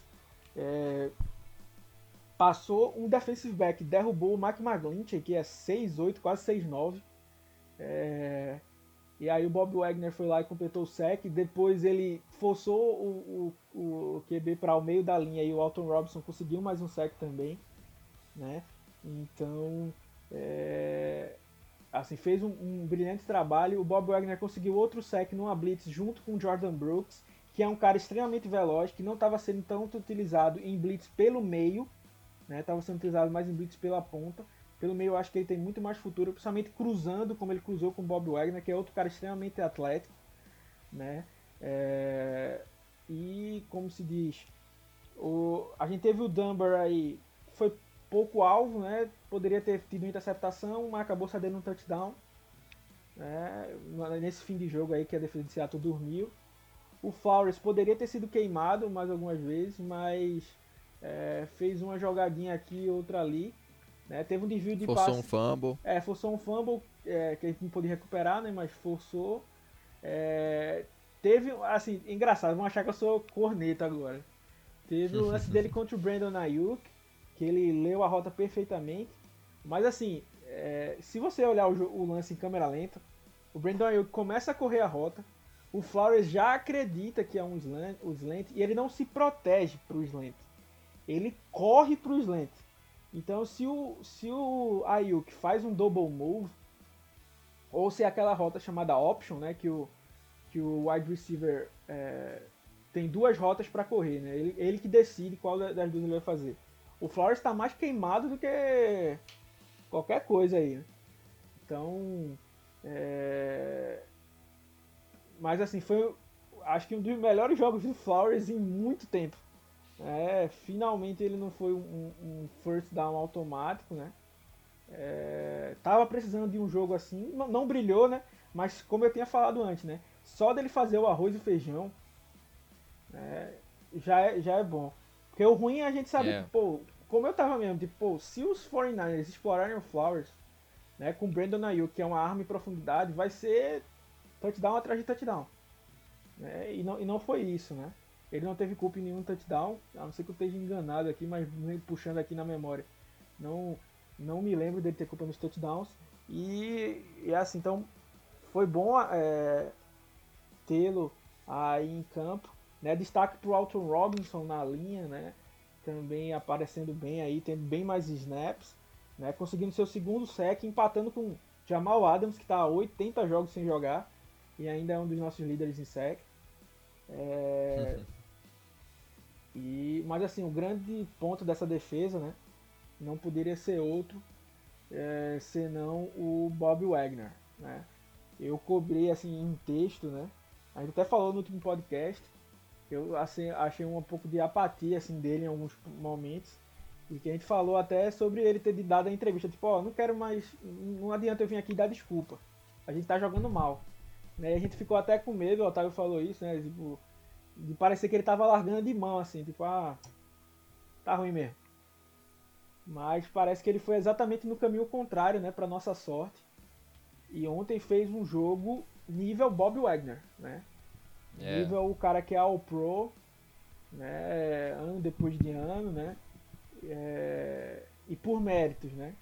passou um defensive back, derrubou o Mike McGlinchey, que é 6'8", quase 6'9". E aí o Bob Wagner foi lá e completou o sack. Depois ele forçou o QB para o meio da linha, e o Alton Robinson conseguiu mais um sack também, né? Então, assim, fez um brilhante trabalho. O Bob Wagner conseguiu outro sack numa blitz junto com o Jordan Brooks, que é um cara extremamente veloz, que não estava sendo tanto utilizado em blitz pelo meio, né? Estava sendo utilizado mais em blitz pela ponta. Pelo meio eu acho que ele tem muito mais futuro, principalmente cruzando, como ele cruzou com o Bob Wagner, que é outro cara extremamente atlético, né? E como se diz, a gente teve o Dunbar aí, foi pouco alvo, né? Poderia ter tido uma interceptação, mas acabou cedendo um touchdown, né? Nesse fim de jogo aí que a defesa de Seattle dormiu. O Flowers poderia ter sido queimado mais algumas vezes, mas fez uma jogadinha aqui e outra ali, né? Teve um desvio de passe. Forçou um fumble. Forçou um fumble que a gente não pôde recuperar, né? Mas forçou. Teve, assim, engraçado, vão achar que eu sou corneta agora. Teve o lance dele contra o Brandon Ayuk, que ele leu a rota perfeitamente. Mas assim, se você olhar o lance em câmera lenta, o Brandon Ayuk começa a correr a rota. O Flowers já acredita que é um slant e ele não se protege para o slant. Ele corre para o slant. Então, se o Ayuk faz um double move, ou se é aquela rota chamada option, né, que o wide receiver tem duas rotas para correr, né, ele que decide qual das duas ele vai fazer. O Flowers está mais queimado do que qualquer coisa aí, né? Então, mas assim, foi, acho que um dos melhores jogos do Flowers em muito tempo. Finalmente ele não foi um first down automático, né? Tava precisando de um jogo assim, não brilhou, né? Mas como eu tinha falado antes, né? Só dele fazer o arroz e o feijão já é bom. Porque o ruim a gente sabe que, pô, como eu tava mesmo, tipo, pô, se os 49ers explorarem o Flowers, né, com o Brandon Ayuk, que é uma arma em profundidade, vai ser touchdown atrás de touchdown. Né? E não foi isso, né? Ele não teve culpa em nenhum touchdown, a não ser que eu esteja enganado aqui, mas puxando aqui na memória. Não me lembro dele ter culpa nos touchdowns. E assim, então foi bom tê-lo aí em campo. Né? Destaque para o Alton Robinson na linha, né? Também aparecendo bem aí, tendo bem mais snaps. Né? Conseguindo seu segundo sack, empatando com Jamal Adams, que está há 80 jogos sem jogar. E ainda é um dos nossos líderes em sack. Mas assim, o grande ponto dessa defesa, né? Não poderia ser outro senão o Bob Wagner, né? Eu cobrei assim em texto, né? A gente até falou no último podcast. Eu assim, achei um pouco de apatia assim, dele em alguns momentos. E que a gente falou até sobre ele ter dado a entrevista. Tipo, ó, não quero mais. Não adianta eu vir aqui dar desculpa. A gente tá jogando mal. Né? E a gente ficou até com medo, o Otávio falou isso, né? Tipo, de parecer que ele tava largando de mão, assim. Tipo, tá ruim mesmo. Mas parece que ele foi exatamente no caminho contrário, né? Pra nossa sorte. E ontem fez um jogo nível Bob Wagner, né? Nível o cara que é All Pro, né? Ano depois de ano, né? E por méritos, né?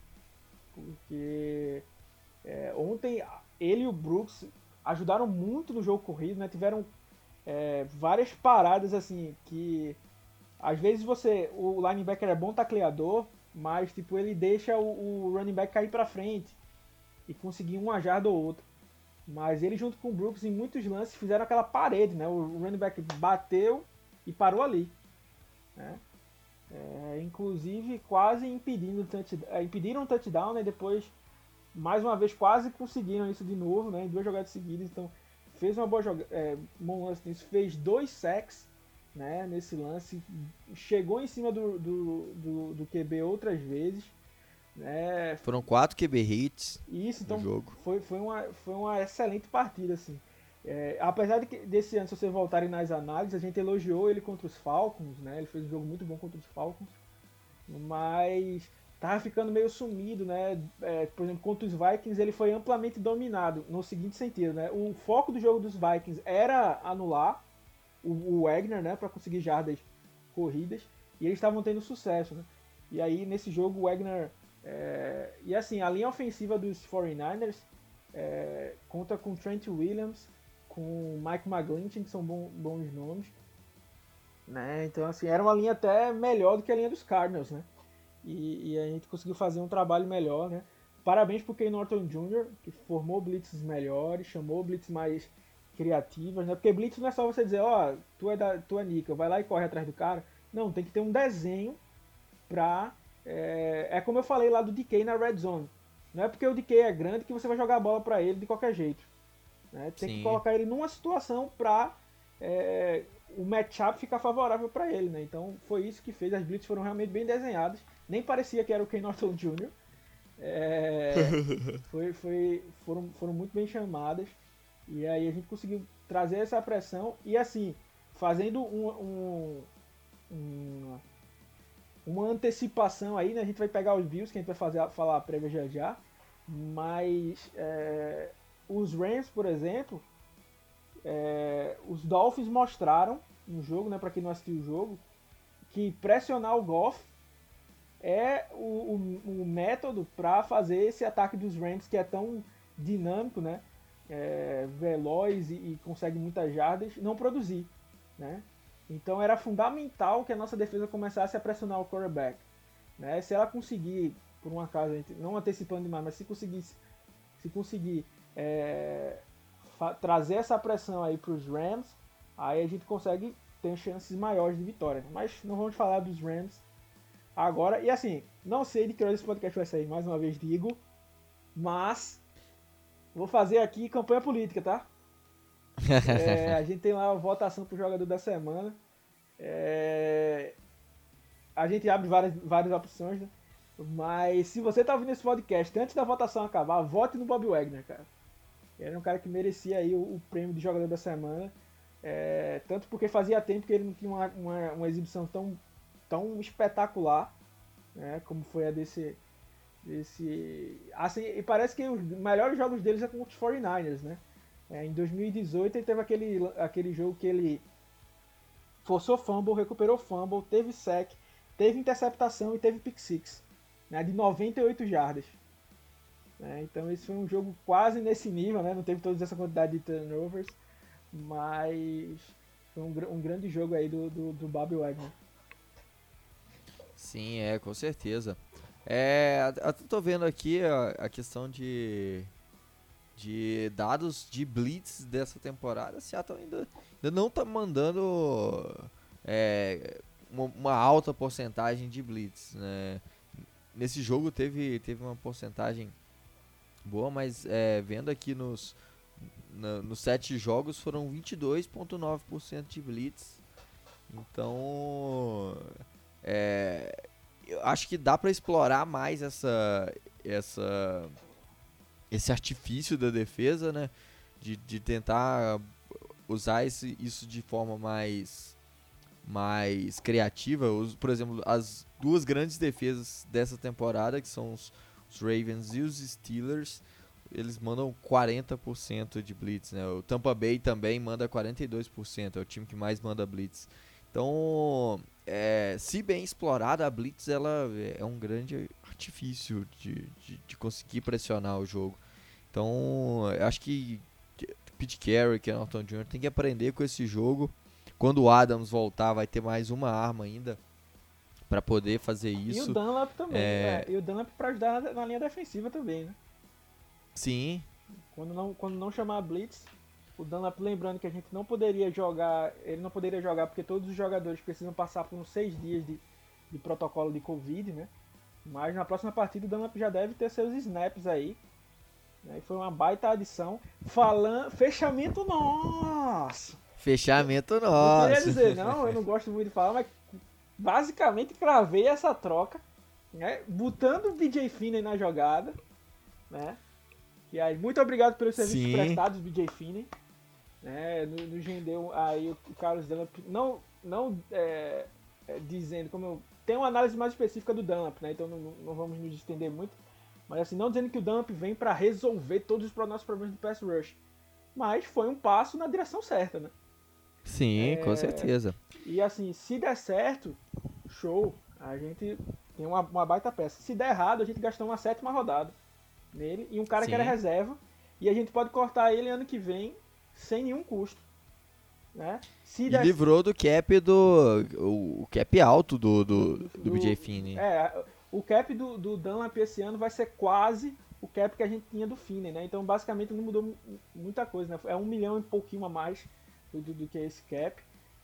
Porque ontem ele e o Brooks ajudaram muito no jogo corrido, né? Tiveram várias paradas assim que às vezes o linebacker é bom tacleador, mas tipo ele deixa o running back cair pra frente e conseguir uma jarda ou outra. Mas ele junto com o Brooks em muitos lances fizeram aquela parede, né? O running back bateu e parou ali, né? Inclusive quase impediram o touchdown, né? Depois mais uma vez quase conseguiram isso de novo, né? Em 2 jogadas seguidas. Então fez uma boa bom lance nisso, fez 2 sacks, né? Nesse lance, chegou em cima do QB outras vezes, né? Foram 4 QB hits. Isso, então no jogo. Foi uma excelente partida, assim. Apesar desse ano, se vocês voltarem nas análises, a gente elogiou ele contra os Falcons, né? Ele fez um jogo muito bom contra os Falcons, mas tava ficando meio sumido, né? Por exemplo, contra os Vikings ele foi amplamente dominado, no seguinte sentido, né? O foco do jogo dos Vikings era anular o Wagner, né? Para conseguir jardas corridas, e eles estavam tendo sucesso, né? E aí nesse jogo o Wagner... e assim, a linha ofensiva dos 49ers conta com Trent Williams, com Mike McGlinchey, que são bons nomes, né? Então assim, era uma linha até melhor do que a linha dos Cardinals, né? E a gente conseguiu fazer um trabalho melhor, né? Parabéns pro Ken Norton Jr., que formou blitzes melhores, chamou blitzes mais criativas, né? Porque blitz não é só você dizer, tu é nickel, vai lá e corre atrás do cara. Não, tem que ter um desenho pra... como eu falei lá do DK na Red Zone. Não é porque o DK é grande que você vai jogar a bola pra ele de qualquer jeito. Né? Tem que colocar ele numa situação pra o matchup ficar favorável pra ele. Né? Então foi isso que fez. As blitz foram realmente bem desenhadas. Nem parecia que era o Ken Norton Jr. Foram muito bem chamadas. E aí a gente conseguiu trazer essa pressão. E assim, fazendo uma antecipação aí, né? A gente vai pegar os Bills, que a gente vai falar a prévia já. Mas os Rams, por exemplo, os Dolphins mostraram no jogo, né? Para quem não assistiu o jogo, que pressionar o Goff é o método para fazer esse ataque dos Rams, que é tão dinâmico, né? Veloz e consegue muitas jardas, não produzir, né? Então era fundamental que a nossa defesa começasse a pressionar o quarterback, né? Se ela conseguir, por um acaso, não antecipando demais, mas se conseguir trazer essa pressão aí para os Rams, aí a gente consegue ter chances maiores de vitória. Mas não vamos falar dos Rams agora. E assim, não sei de que hora esse podcast vai sair, mais uma vez digo, mas vou fazer aqui campanha política, tá? A gente tem lá a votação pro jogador da semana. A gente abre várias opções, né? Mas se você tá ouvindo esse podcast antes da votação acabar, vote no Bob Wagner, cara. Ele era um cara que merecia aí o prêmio de jogador da semana. Tanto porque fazia tempo que ele não tinha uma exibição tão espetacular, né, como foi a Assim, e parece que os melhores jogos deles é com os 49ers, né? Em 2018 ele teve aquele jogo que ele forçou fumble, recuperou fumble, teve sack, teve interceptação e teve pick six, né? De 98 jardas. Então esse foi um jogo quase nesse nível, né? Não teve toda essa quantidade de turnovers, mas foi um grande jogo aí do Bobby Wagner. Sim, com certeza. Até tô vendo aqui a questão de dados de blitz dessa temporada. Seattle ainda não tá mandando uma alta porcentagem de blitz, né? Nesse jogo teve uma porcentagem boa, mas vendo aqui nos 7 jogos foram 22,9% de blitz. Então eu acho que dá para explorar mais esse artifício da defesa, né? De tentar usar isso de forma mais criativa. Por exemplo, as duas grandes defesas dessa temporada, que são os Ravens e os Steelers, eles mandam 40% de blitz, né? O Tampa Bay também manda 42%, é o time que mais manda blitz. Então, se bem explorada, a blitz ela é um grande artifício de conseguir pressionar o jogo. Então, eu acho que Pete Carroll e Kenilton Jr. tem que aprender com esse jogo. Quando o Adams voltar, vai ter mais uma arma ainda para poder fazer isso. E o Dunlap também, e o Dunlap para ajudar na linha defensiva também, né? Sim. Quando não chamar a blitz, o Dunlap, lembrando que a gente não poderia jogar, ele não poderia jogar porque todos os jogadores precisam passar por uns 6 dias de protocolo de Covid, né? Mas na próxima partida o Dunlap já deve ter seus snaps aí. Né? Foi uma baita adição. Fechamento nosso! Fechamento Não nosso! queria dizer, eu não gosto muito de falar, mas basicamente cravei essa troca, né? Botando o BJ Finney na jogada, né? E aí, muito obrigado pelos serviços prestados, BJ Finney. Nos rendeu aí o Carlos Dunlap, não dizendo, tem uma análise mais específica do Dunlap, né? Então não vamos nos estender muito, mas assim, não dizendo que o Dunlap vem para resolver todos os nossos problemas do pass rush, mas foi um passo na direção certa, né? Sim, com certeza. E assim, se der certo, show, a gente tem uma baita peça. Se der errado, a gente gastou uma 7ª rodada nele e um cara que era reserva, e a gente pode cortar ele ano que vem sem nenhum custo, né? E livrou do cap o cap alto do BJ Finney. O cap do Dunlap esse ano vai ser quase o cap que a gente tinha do Finney, né? Então basicamente não mudou muita coisa, né? É 1 milhão e pouquinho a mais do que esse cap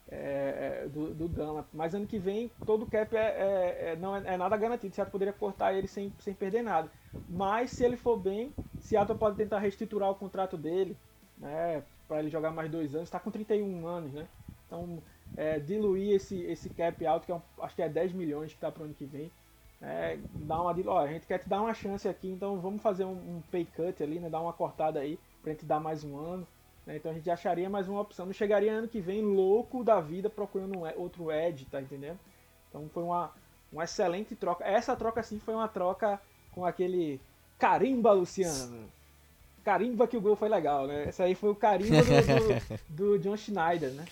do Dunlap. Mas ano que vem todo o cap não é nada garantido. Seattle poderia cortar ele sem perder nada. Mas se ele for bem, Seattle pode tentar reestruturar o contrato dele, né? Para ele jogar mais 2 anos. Está com 31 anos, né? Então diluir esse cap alto, que acho que é 10 milhões que está para o ano que vem. A gente quer te dar uma chance aqui, então vamos fazer um pay cut ali, né? Dar uma cortada aí pra gente dar mais um ano, né? Então a gente acharia mais uma opção. Não chegaria ano que vem louco da vida procurando outro edge, tá entendendo? Então foi uma excelente troca. Essa troca sim foi uma troca com aquele carimba, Luciano. Carimba que o gol foi legal, né? Essa aí foi o carimba do John Schneider, né?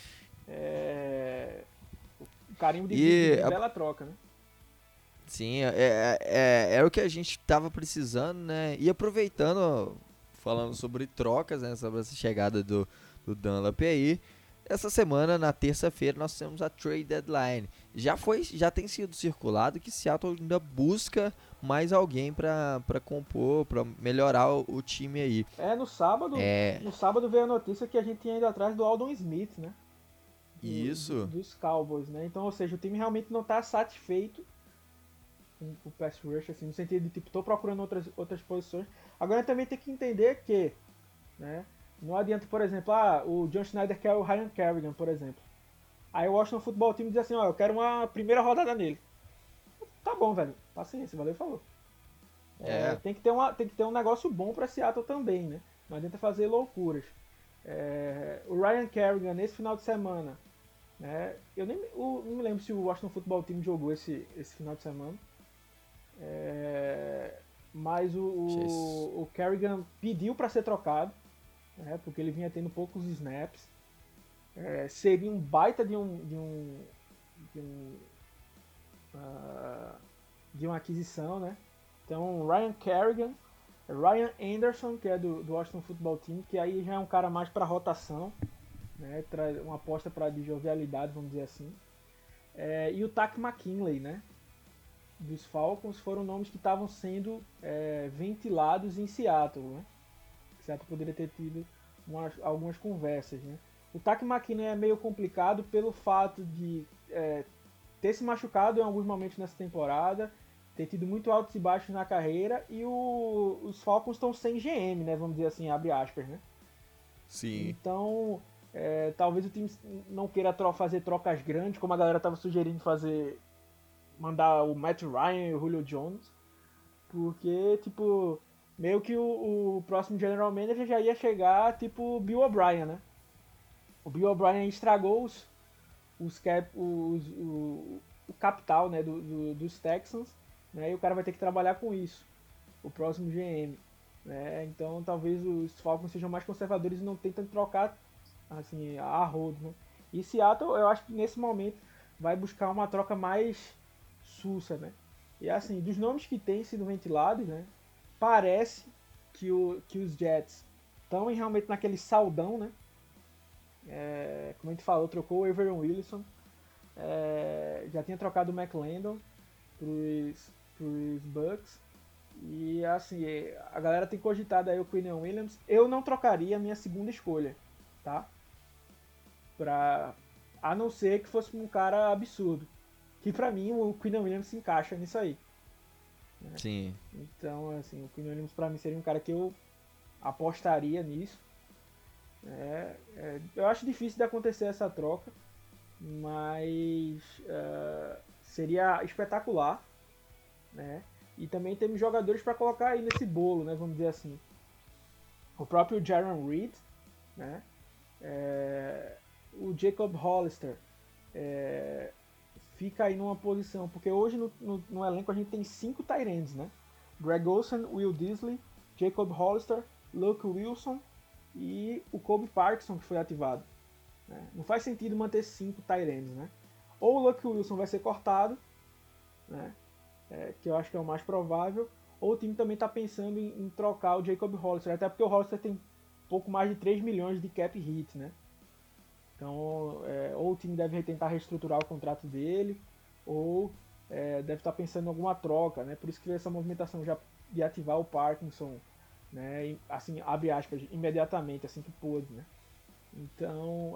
O carimbo de bela troca, né? Sim, era o que a gente tava precisando, né? E aproveitando, falando sobre trocas, né? Sobre essa chegada do Dunlap aí. Essa semana, na terça-feira, nós temos a trade deadline. Já tem sido circulado que Seattle ainda busca mais alguém para compor, para melhorar o time aí. No sábado veio a notícia que a gente tinha ido atrás do Aldon Smith, né? Isso. Dos Cowboys, né? Então, ou seja, o time realmente não está satisfeito com o pass rush, assim, no sentido de, tipo, tô procurando outras posições. Agora também tem que entender que, né, não adianta, por exemplo, o John Schneider quer o Ryan Kerrigan, por exemplo. Aí o Washington Football Team diz assim, eu quero uma primeira rodada nele. Tá bom, velho, paciência, valeu e falou. Tem que ter um negócio bom pra Seattle também, né? Não adianta fazer loucuras. O Ryan Kerrigan, nesse final de semana, né, eu não me lembro se o Washington Football Team jogou esse final de semana. Mas o Kerrigan pediu para ser trocado, né, porque ele vinha tendo poucos snaps. Seria um baita de uma aquisição, né? Então, Ryan Kerrigan, Ryan Anderson, que é do Washington Football Team, que aí já é um cara mais para rotação, né? Uma aposta de jovialidade, vamos dizer assim. E o Takk McKinley, né? Dos Falcons, foram nomes que estavam sendo ventilados em Seattle, né? Seattle poderia ter tido algumas conversas, né? O Takk McKinley é meio complicado pelo fato de ter se machucado em alguns momentos nessa temporada, ter tido muito altos e baixos na carreira, e os Falcons estão sem GM, né? Vamos dizer assim, abre aspas, né? Sim. Então, talvez o time não queira fazer trocas grandes, como a galera estava sugerindo mandar o Matt Ryan e o Julio Jones, porque, tipo, meio que o próximo General Manager já ia chegar, tipo, Bill O'Brien, né? O Bill O'Brien estragou o capital, né, dos Texans, né, e o cara vai ter que trabalhar com isso, o próximo GM. Né, então talvez os Falcons sejam mais conservadores e não tentem trocar assim, a rodo. Né. E Seattle, eu acho que nesse momento vai buscar uma troca mais sussa. Né. E assim, dos nomes que têm sido ventilados, né, parece que os Jets estão realmente naquele saldão, né? Como a gente falou, trocou o Everett Wilson, já tinha trocado o McLendon pros Bucks, e assim, a galera tem cogitado aí o Quinnen Williams. Eu não trocaria a minha segunda escolha, tá? A não ser que fosse um cara absurdo, que pra mim o Quinnen Williams se encaixa nisso aí, né? Sim. Então, assim, o Quinnen Williams pra mim seria um cara que eu apostaria nisso. Eu acho difícil de acontecer essa troca, mas seria espetacular, né? E também temos jogadores para colocar aí nesse bolo, né? Vamos dizer assim. O próprio Jaron Reed, né? O Jacob Hollister fica aí numa posição, porque hoje no elenco a gente tem 5 tight ends, né? Greg Olsen, Will Disley, Jacob Hollister, Luke Wilson e o Kobe Parkinson, que foi ativado. Né? Não faz sentido manter 5 tight ends, né? Ou o Luke Wilson vai ser cortado, né? Que eu acho que é o mais provável, ou o time também está pensando em trocar o Jacob Hollister, até porque o Hollister tem pouco mais de 3 milhões de cap hit, né? Então, ou o time deve tentar reestruturar o contrato dele, ou deve estar pensando em alguma troca, né? Por isso que essa movimentação já de ativar o Parkinson, né? E, assim, abre aspas, imediatamente, assim que pôde, né? Então,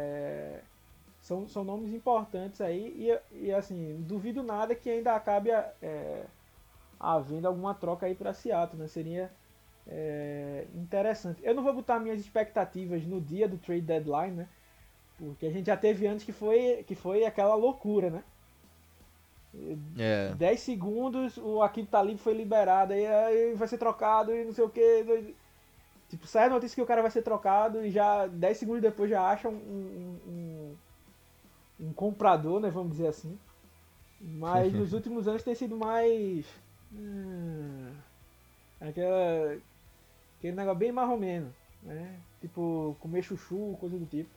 são nomes importantes aí, e assim, duvido nada que ainda acabe havendo alguma troca aí para Seattle, né? Seria interessante. Eu não vou botar minhas expectativas no dia do trade deadline, né? Porque a gente já teve antes que foi aquela loucura, né? 10 segundos, o Aqib Talib foi liberado, aí vai ser trocado e não sei o que. Tipo, sai a notícia que o cara vai ser trocado e já 10 segundos depois já acham um comprador, né? Vamos dizer assim. Mas nos últimos anos tem sido mais... aquele negócio bem marromeno, né? Tipo, comer chuchu, coisa do tipo.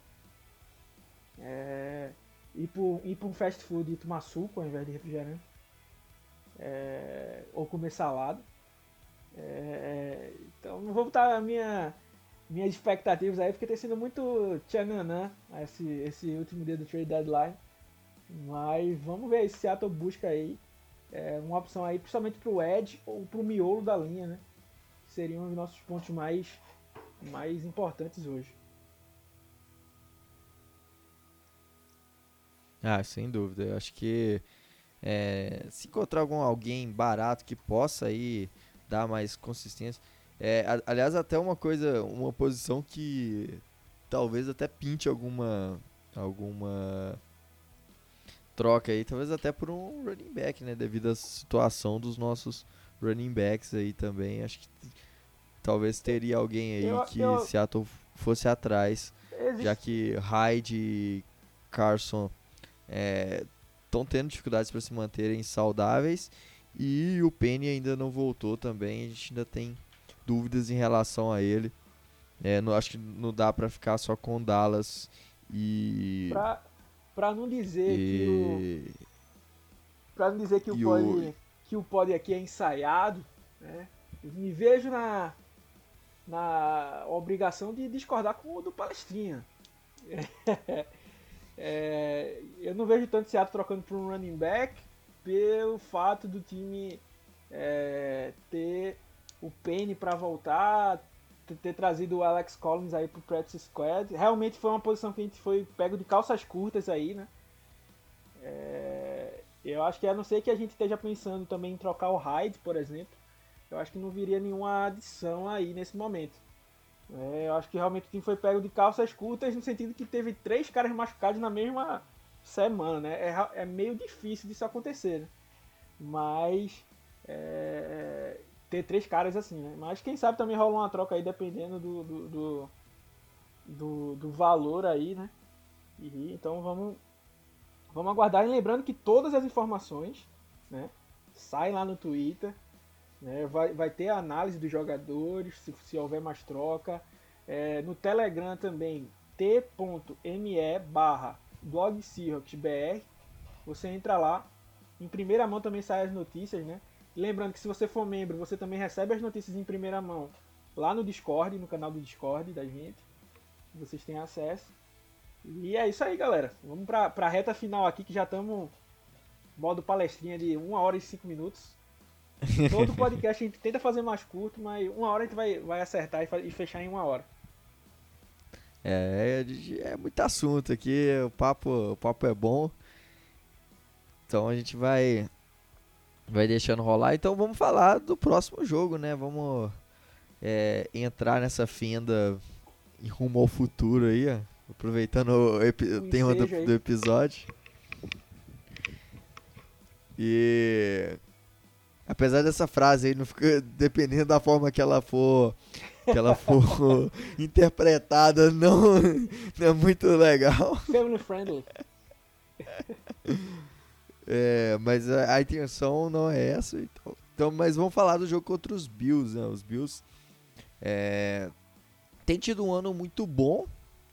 Ir pra um fast food e tomar suco ao invés de refrigerante. Ou comer salada. Então não vou botar minhas expectativas aí, porque tem sido muito tchananã esse último dia do trade deadline. Mas vamos ver se Seattle busca aí uma opção aí, principalmente pro edge ou pro miolo da linha, né? Que seriam os nossos pontos mais importantes hoje. Sem dúvida. Eu acho que se encontrar alguém barato que possa aí dar mais consistência. Aliás, até uma posição que talvez até pinte alguma troca aí, talvez até por um running back, né? Devido à situação dos nossos running backs aí também. Acho que talvez teria alguém aí Seattle fosse atrás, já que Hyde e Carson estão tendo dificuldades para se manterem saudáveis, E o Penny ainda não voltou também, a gente ainda tem dúvidas em relação a ele. Acho que não dá pra ficar só com Dallas e... Pra não dizer que o pod aqui é ensaiado, né? Eu me vejo na obrigação de discordar com o do Palestrinha. Eu não vejo tanto Seattle trocando por um running back pelo fato do time ter o Penny para voltar, ter trazido o Alex Collins aí pro practice squad. Realmente foi uma posição que a gente foi pego de calças curtas aí, né? Eu acho que a não ser que a gente esteja pensando também em trocar o Hyde, por exemplo, eu acho que não viria nenhuma adição aí nesse momento. Eu acho que realmente o time foi pego de calças curtas no sentido que teve 3 caras machucados na mesma semana, né? É meio difícil disso acontecer, né? Mas ter 3 caras assim, né? Mas quem sabe também rola uma troca aí dependendo do valor aí, né? Então vamos aguardar. E lembrando que todas as informações, né, saem lá no Twitter, né? Vai ter a análise dos jogadores, se houver mais troca. No Telegram também, t.me/blogseahawksbr. Você entra lá, em primeira mão também saem as notícias, né? Lembrando que se você for membro, você também recebe as notícias em primeira mão lá no Discord, no canal do Discord da gente. Vocês têm acesso. E é isso aí, galera. Vamos pra reta final aqui, que já estamos modo palestrinha de 1 hora e 5 minutos. Todo podcast a gente tenta fazer mais curto, mas 1 hora a gente vai acertar e fechar em 1 hora. É muito assunto aqui, o papo é bom. Então a gente vai deixando rolar. Então vamos falar do próximo jogo, né? Vamos entrar nessa fenda em rumo ao futuro aí, ó. Aproveitando o tema do episódio. E apesar dessa frase aí não fica, dependendo da forma que ela for interpretada, não é muito legal. Family friendly. Mas a intenção não é essa. Então, mas vamos falar do jogo contra os Bills, né? Os Bills têm tido um ano muito bom.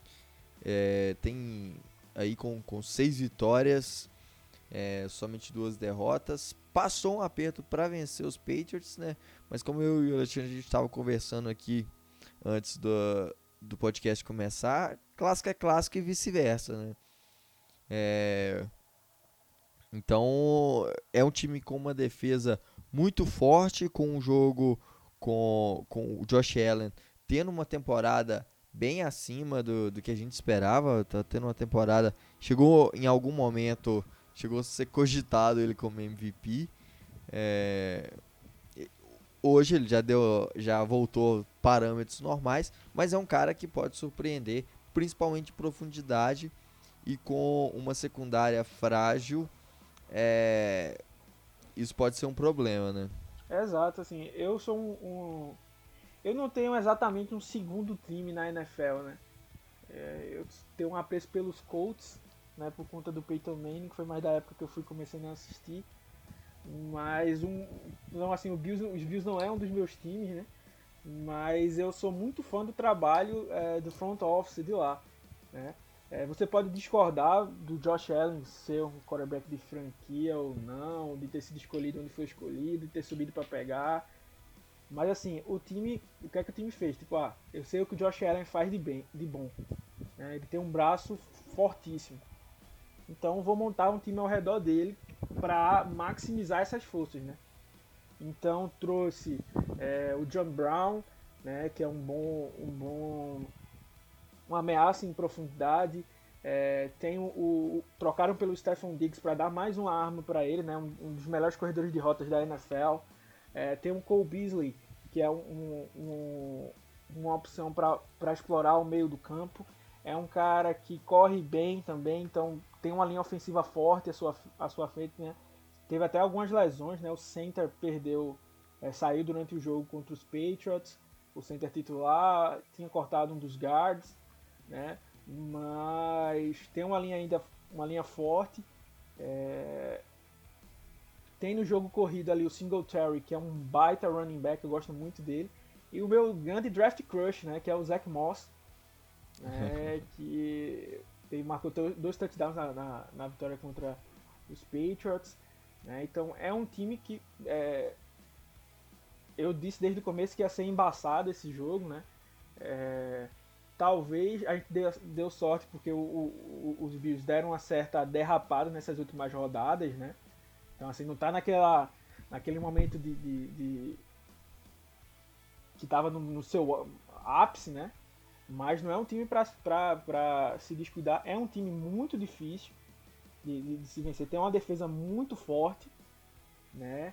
Tem aí com 6 vitórias, somente 2 derrotas. Passou um aperto para vencer os Patriots, né? Mas como eu e o Alexandre a gente estava conversando aqui antes do podcast começar, clássico é clássico e vice-versa, né? Então é um time com uma defesa muito forte, com um jogo com o Josh Allen tendo uma temporada bem acima do que a gente esperava. Tá tendo uma temporada, chegou em algum momento, chegou a ser cogitado ele como MVP. Hoje ele já voltou parâmetros normais, mas é um cara que pode surpreender, principalmente em profundidade e com uma secundária frágil. Isso pode ser um problema, né? Exato, assim, eu sou eu não tenho exatamente um segundo time na NFL, né? Eu tenho um apreço pelos Colts, né, por conta do Peyton Manning, que foi mais da época que eu fui começando a assistir. Mas não, assim, os Bills não é um dos meus times, né? Mas eu sou muito fã do trabalho do front office de lá, né? Você pode discordar do Josh Allen ser um quarterback de franquia ou não, de ter sido escolhido onde foi escolhido, de ter subido para pegar. Mas assim, o que é que o time fez? Tipo, eu sei o que o Josh Allen faz de bom, né? Ele tem um braço fortíssimo. Então vou montar um time ao redor dele para maximizar essas forças, né? Então trouxe o John Brown, né, que é uma ameaça em profundidade. Trocaram pelo Stephon Diggs para dar mais uma arma para ele, né, um dos melhores corredores de rotas da NFL. Tem o Cole Beasley, que é uma opção para explorar o meio do campo. É um cara que corre bem também, então tem uma linha ofensiva forte à sua frente, né? Teve até algumas lesões, né? O center saiu durante o jogo contra os Patriots. O center titular tinha cortado um dos guards, né? Mas tem uma linha forte. Tem no jogo corrido ali o Singletary, que é um baita running back, eu gosto muito dele. E o meu grande draft crush, né, que é o Zach Moss, que ele marcou 2 touchdowns na vitória contra os Patriots. Né? Então é um time que eu disse desde o começo que ia ser embaçado esse jogo, né? Talvez a gente deu sorte porque os Bills deram uma certa derrapada nessas últimas rodadas, né? Então assim, não tá naquele momento de que estava no seu ápice, né? Mas não é um time para se descuidar. É um time muito difícil de se vencer. Tem uma defesa muito forte, né?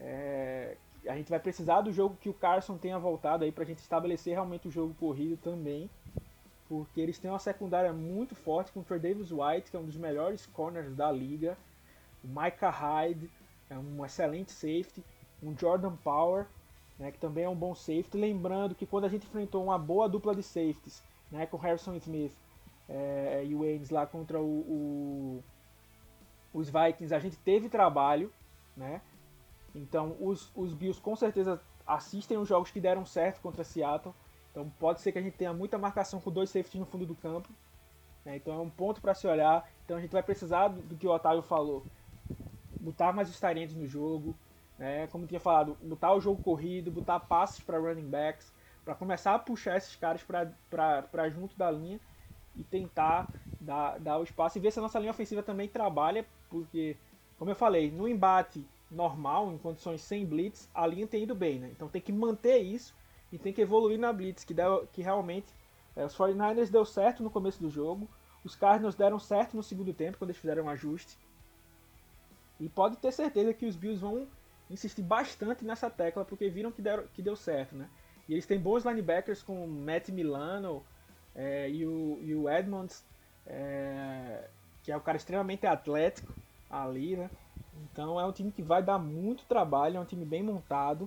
A gente vai precisar do jogo que o Carson tenha voltado aí para a gente estabelecer realmente o jogo corrido também, porque eles têm uma secundária muito forte com o Tre'Davious White, que é um dos melhores corners da liga, o Micah Hyde, é um excelente safety, um Jordan Power, né, que também é um bom safety. Lembrando que quando a gente enfrentou uma boa dupla de safeties, né, com o Harrison Smith e o Waynes lá contra os Vikings, a gente teve trabalho, né? Então os Bills com certeza assistem os jogos que deram certo contra Seattle. Então pode ser que a gente tenha muita marcação com 2 safeties no fundo do campo, né? Então é um ponto para se olhar. Então a gente vai precisar do que o Otávio falou, botar mais os tight ends no jogo, né? Como eu tinha falado, botar o jogo corrido, botar passes para running backs, para começar a puxar esses caras para junto da linha e tentar dar o espaço e ver se a nossa linha ofensiva também trabalha, porque, como eu falei, no embate normal, em condições sem blitz, a linha tem ido bem, né? Então tem que manter isso e tem que evoluir na blitz, que realmente os 49ers deu certo no começo do jogo, os Cardinals deram certo no segundo tempo, quando eles fizeram um ajuste, e pode ter certeza que os Bills vão insistir bastante nessa tecla, porque viram que deu certo, né? E eles têm bons linebackers com o Matt Milano e o Edmonds, que é um cara extremamente atlético ali, né? Então é um time que vai dar muito trabalho, é um time bem montado,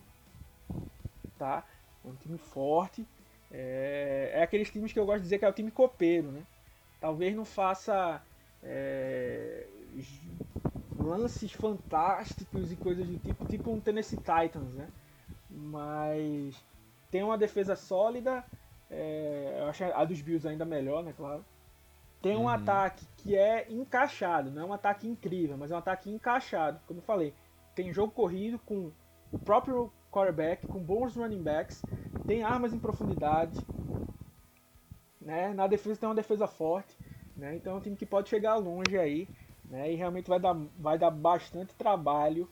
tá? É um time forte, é aqueles times que eu gosto de dizer que é o time copeiro, né? Talvez não faça lances fantásticos e coisas do tipo um Tennessee Titans, né? Mas tem uma defesa sólida, eu acho a dos Bills ainda melhor, né? Claro. Tem um ataque que é encaixado, não é um ataque incrível, mas é um ataque encaixado. Como eu falei, tem jogo corrido com o próprio quarterback, com bons running backs, tem armas em profundidade, né? Na defesa tem uma defesa forte, né? Então é um time que pode chegar longe aí, né? E realmente vai dar bastante trabalho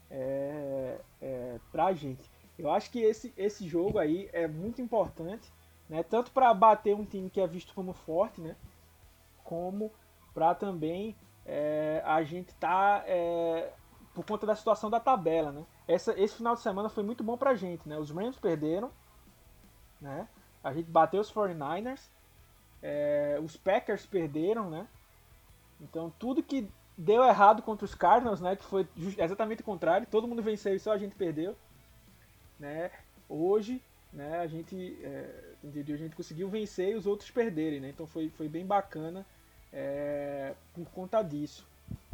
pra gente. Eu acho que esse jogo aí é muito importante, né? Tanto para bater um time que é visto como forte, né? Como para também a gente por conta da situação da tabela, né? Esse final de semana foi muito bom pra gente, né? Os Rams perderam, né? A gente bateu os 49ers, os Packers perderam, né? Então tudo que deu errado contra os Cardinals, né? Que foi exatamente o contrário, todo mundo venceu e só a gente perdeu, né? Hoje, né? A gente conseguiu vencer e os outros perderem, né? Então foi bem bacana por conta disso.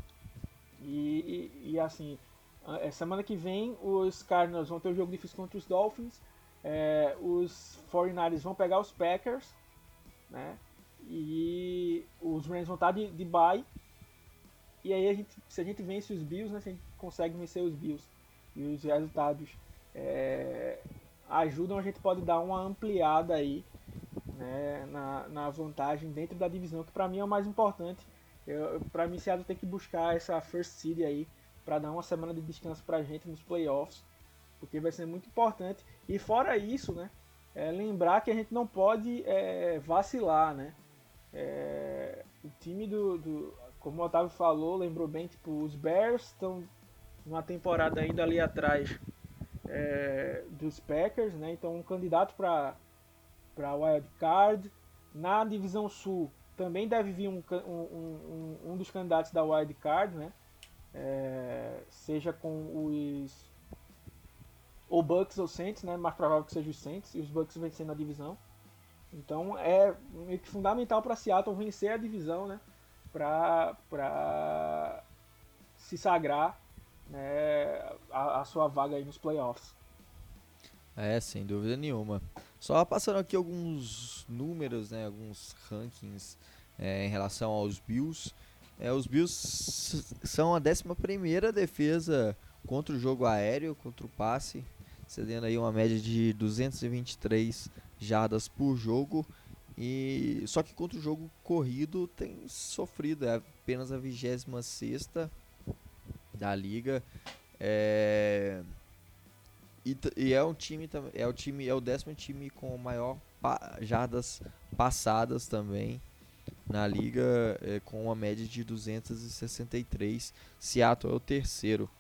E assim, semana que vem os Cardinals vão ter um jogo difícil contra os Dolphins, os 49ers vão pegar os Packers, né? E os Rams vão estar de bye. E aí se a gente vence os Bills, né? Se a gente consegue vencer os Bills e os resultados ajudam, a gente pode dar uma ampliada aí, né, na vantagem dentro da divisão, que para mim é o mais importante. Para mim, Seattle tem que buscar essa first seed aí para dar uma semana de descanso pra gente nos playoffs, porque vai ser muito importante. E fora isso, né, lembrar que a gente não pode vacilar, né? O time como o Otávio falou, lembrou bem, tipo, os Bears estão numa temporada ainda ali atrás dos Packers, né? Então um candidato para Wild Card. Na divisão Sul também deve vir um dos candidatos da Wild Card, né? Seja com ou Bucks ou Saints, né? Mais provável que seja os Saints e os Bucks vencendo a divisão. Então é meio que fundamental para Seattle vencer a divisão, né? Para se sagrar né, a sua vaga aí nos playoffs. Sem dúvida nenhuma. Só passando aqui alguns números, né, alguns rankings em relação aos Bills. Os Bills são a 11ª defesa contra o jogo aéreo, contra o passe, cedendo aí uma média de 223 jardas por jogo. E só que contra o jogo corrido tem sofrido, é apenas a 26ª da liga. E é o 10º time com maior jardas passadas também na liga, com uma média de 263. Seattle é o terceiro.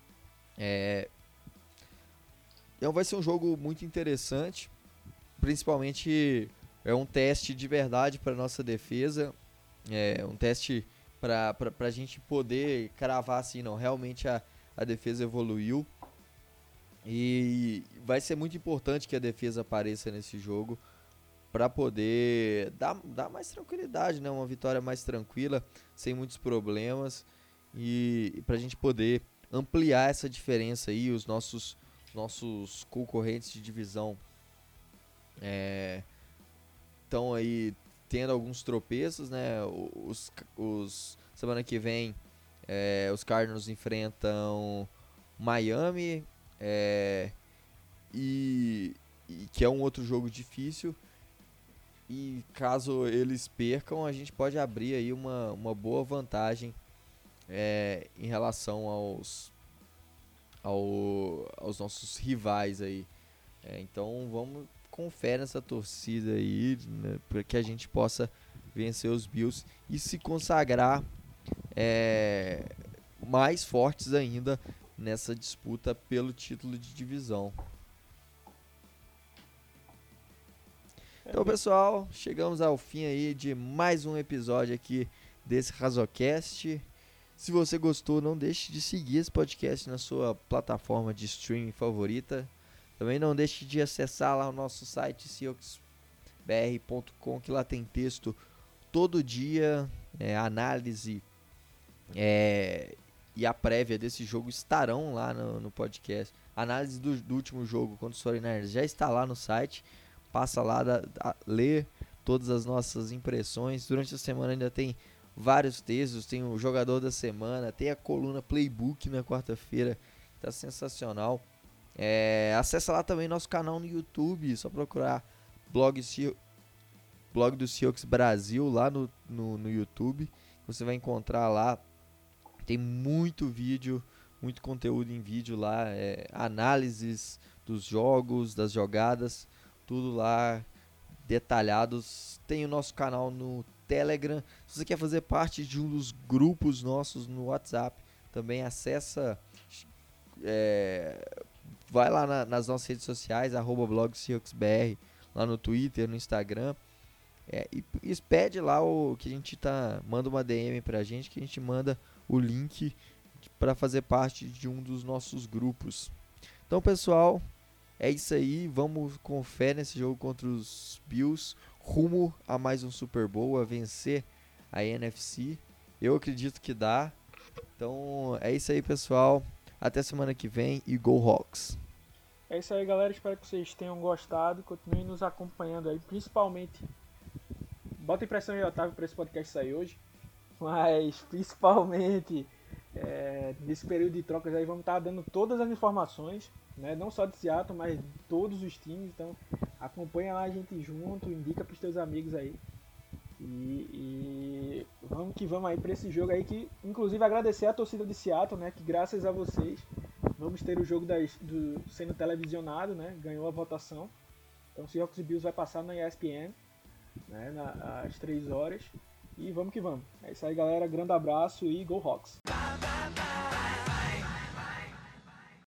Então vai ser um jogo muito interessante, principalmente é um teste de verdade para nossa defesa, um teste para a gente poder cravar assim, não, realmente a defesa evoluiu. E vai ser muito importante que a defesa apareça nesse jogo para poder dar mais tranquilidade, né? Uma vitória mais tranquila, sem muitos problemas, e para a gente poder ampliar essa diferença aí. Os nossos concorrentes de divisão estão aí tendo alguns tropeços, né? Semana que vem os Cardinals enfrentam Miami, e que é um outro jogo difícil, e caso eles percam, a gente pode abrir aí uma boa vantagem em relação aos nossos rivais aí. Então vamos com fé nessa torcida aí, né, para que a gente possa vencer os Bills e se consagrar mais fortes ainda nessa disputa pelo título de divisão. Então, pessoal, chegamos ao fim aí de mais um episódio aqui desse Razocast. Se você gostou, não deixe de seguir esse podcast na sua plataforma de streaming favorita. Também não deixe de acessar lá o nosso site seahawksbr.com, que lá tem texto todo dia, análise e a prévia desse jogo estarão lá no podcast. A análise do último jogo contra os 49ers já está lá no site. Passa lá, lê todas as nossas impressões. Durante a semana ainda tem vários textos, tem o jogador da semana, tem a coluna Playbook na quarta-feira, tá sensacional. Acessa lá também nosso canal no YouTube, só procurar blog do Seahawks Brasil lá no YouTube. Você vai encontrar lá, tem muito vídeo, muito conteúdo em vídeo lá, análises dos jogos, das jogadas, tudo lá detalhados. Tem o nosso canal no Telegram. Se você quer fazer parte de um dos grupos nossos no WhatsApp, também acessa, vai lá nas nossas redes sociais, @blogseahawksbr, lá no Twitter, no Instagram, e pede lá que a gente manda uma DM pra gente, que a gente manda o link para fazer parte de um dos nossos grupos. Então, pessoal, é isso aí. Vamos com fé nesse jogo contra os Bills, rumo a mais um Super Bowl, a vencer a NFC. Eu acredito que dá. Então é isso aí, pessoal. Até semana que vem e Go Hawks! É isso aí, galera. Espero que vocês tenham gostado. Continuem nos acompanhando aí, principalmente. Bota impressão aí, Otávio, para esse podcast sair hoje. Mas principalmente nesse período de trocas aí, vamos estar dando todas as informações, né? Não só de Seattle, mas de todos os times. Então acompanha lá a gente junto, indica para os teus amigos aí. E vamos que vamos aí para esse jogo aí, que inclusive agradecer a torcida de Seattle, né? Que graças a vocês vamos ter o jogo sendo televisionado, né? Ganhou a votação. Então o Seahawks e Bills vai passar na ESPN, né? Às 3 horas. E vamos que vamos. É isso aí, galera. Grande abraço e Go Hawks!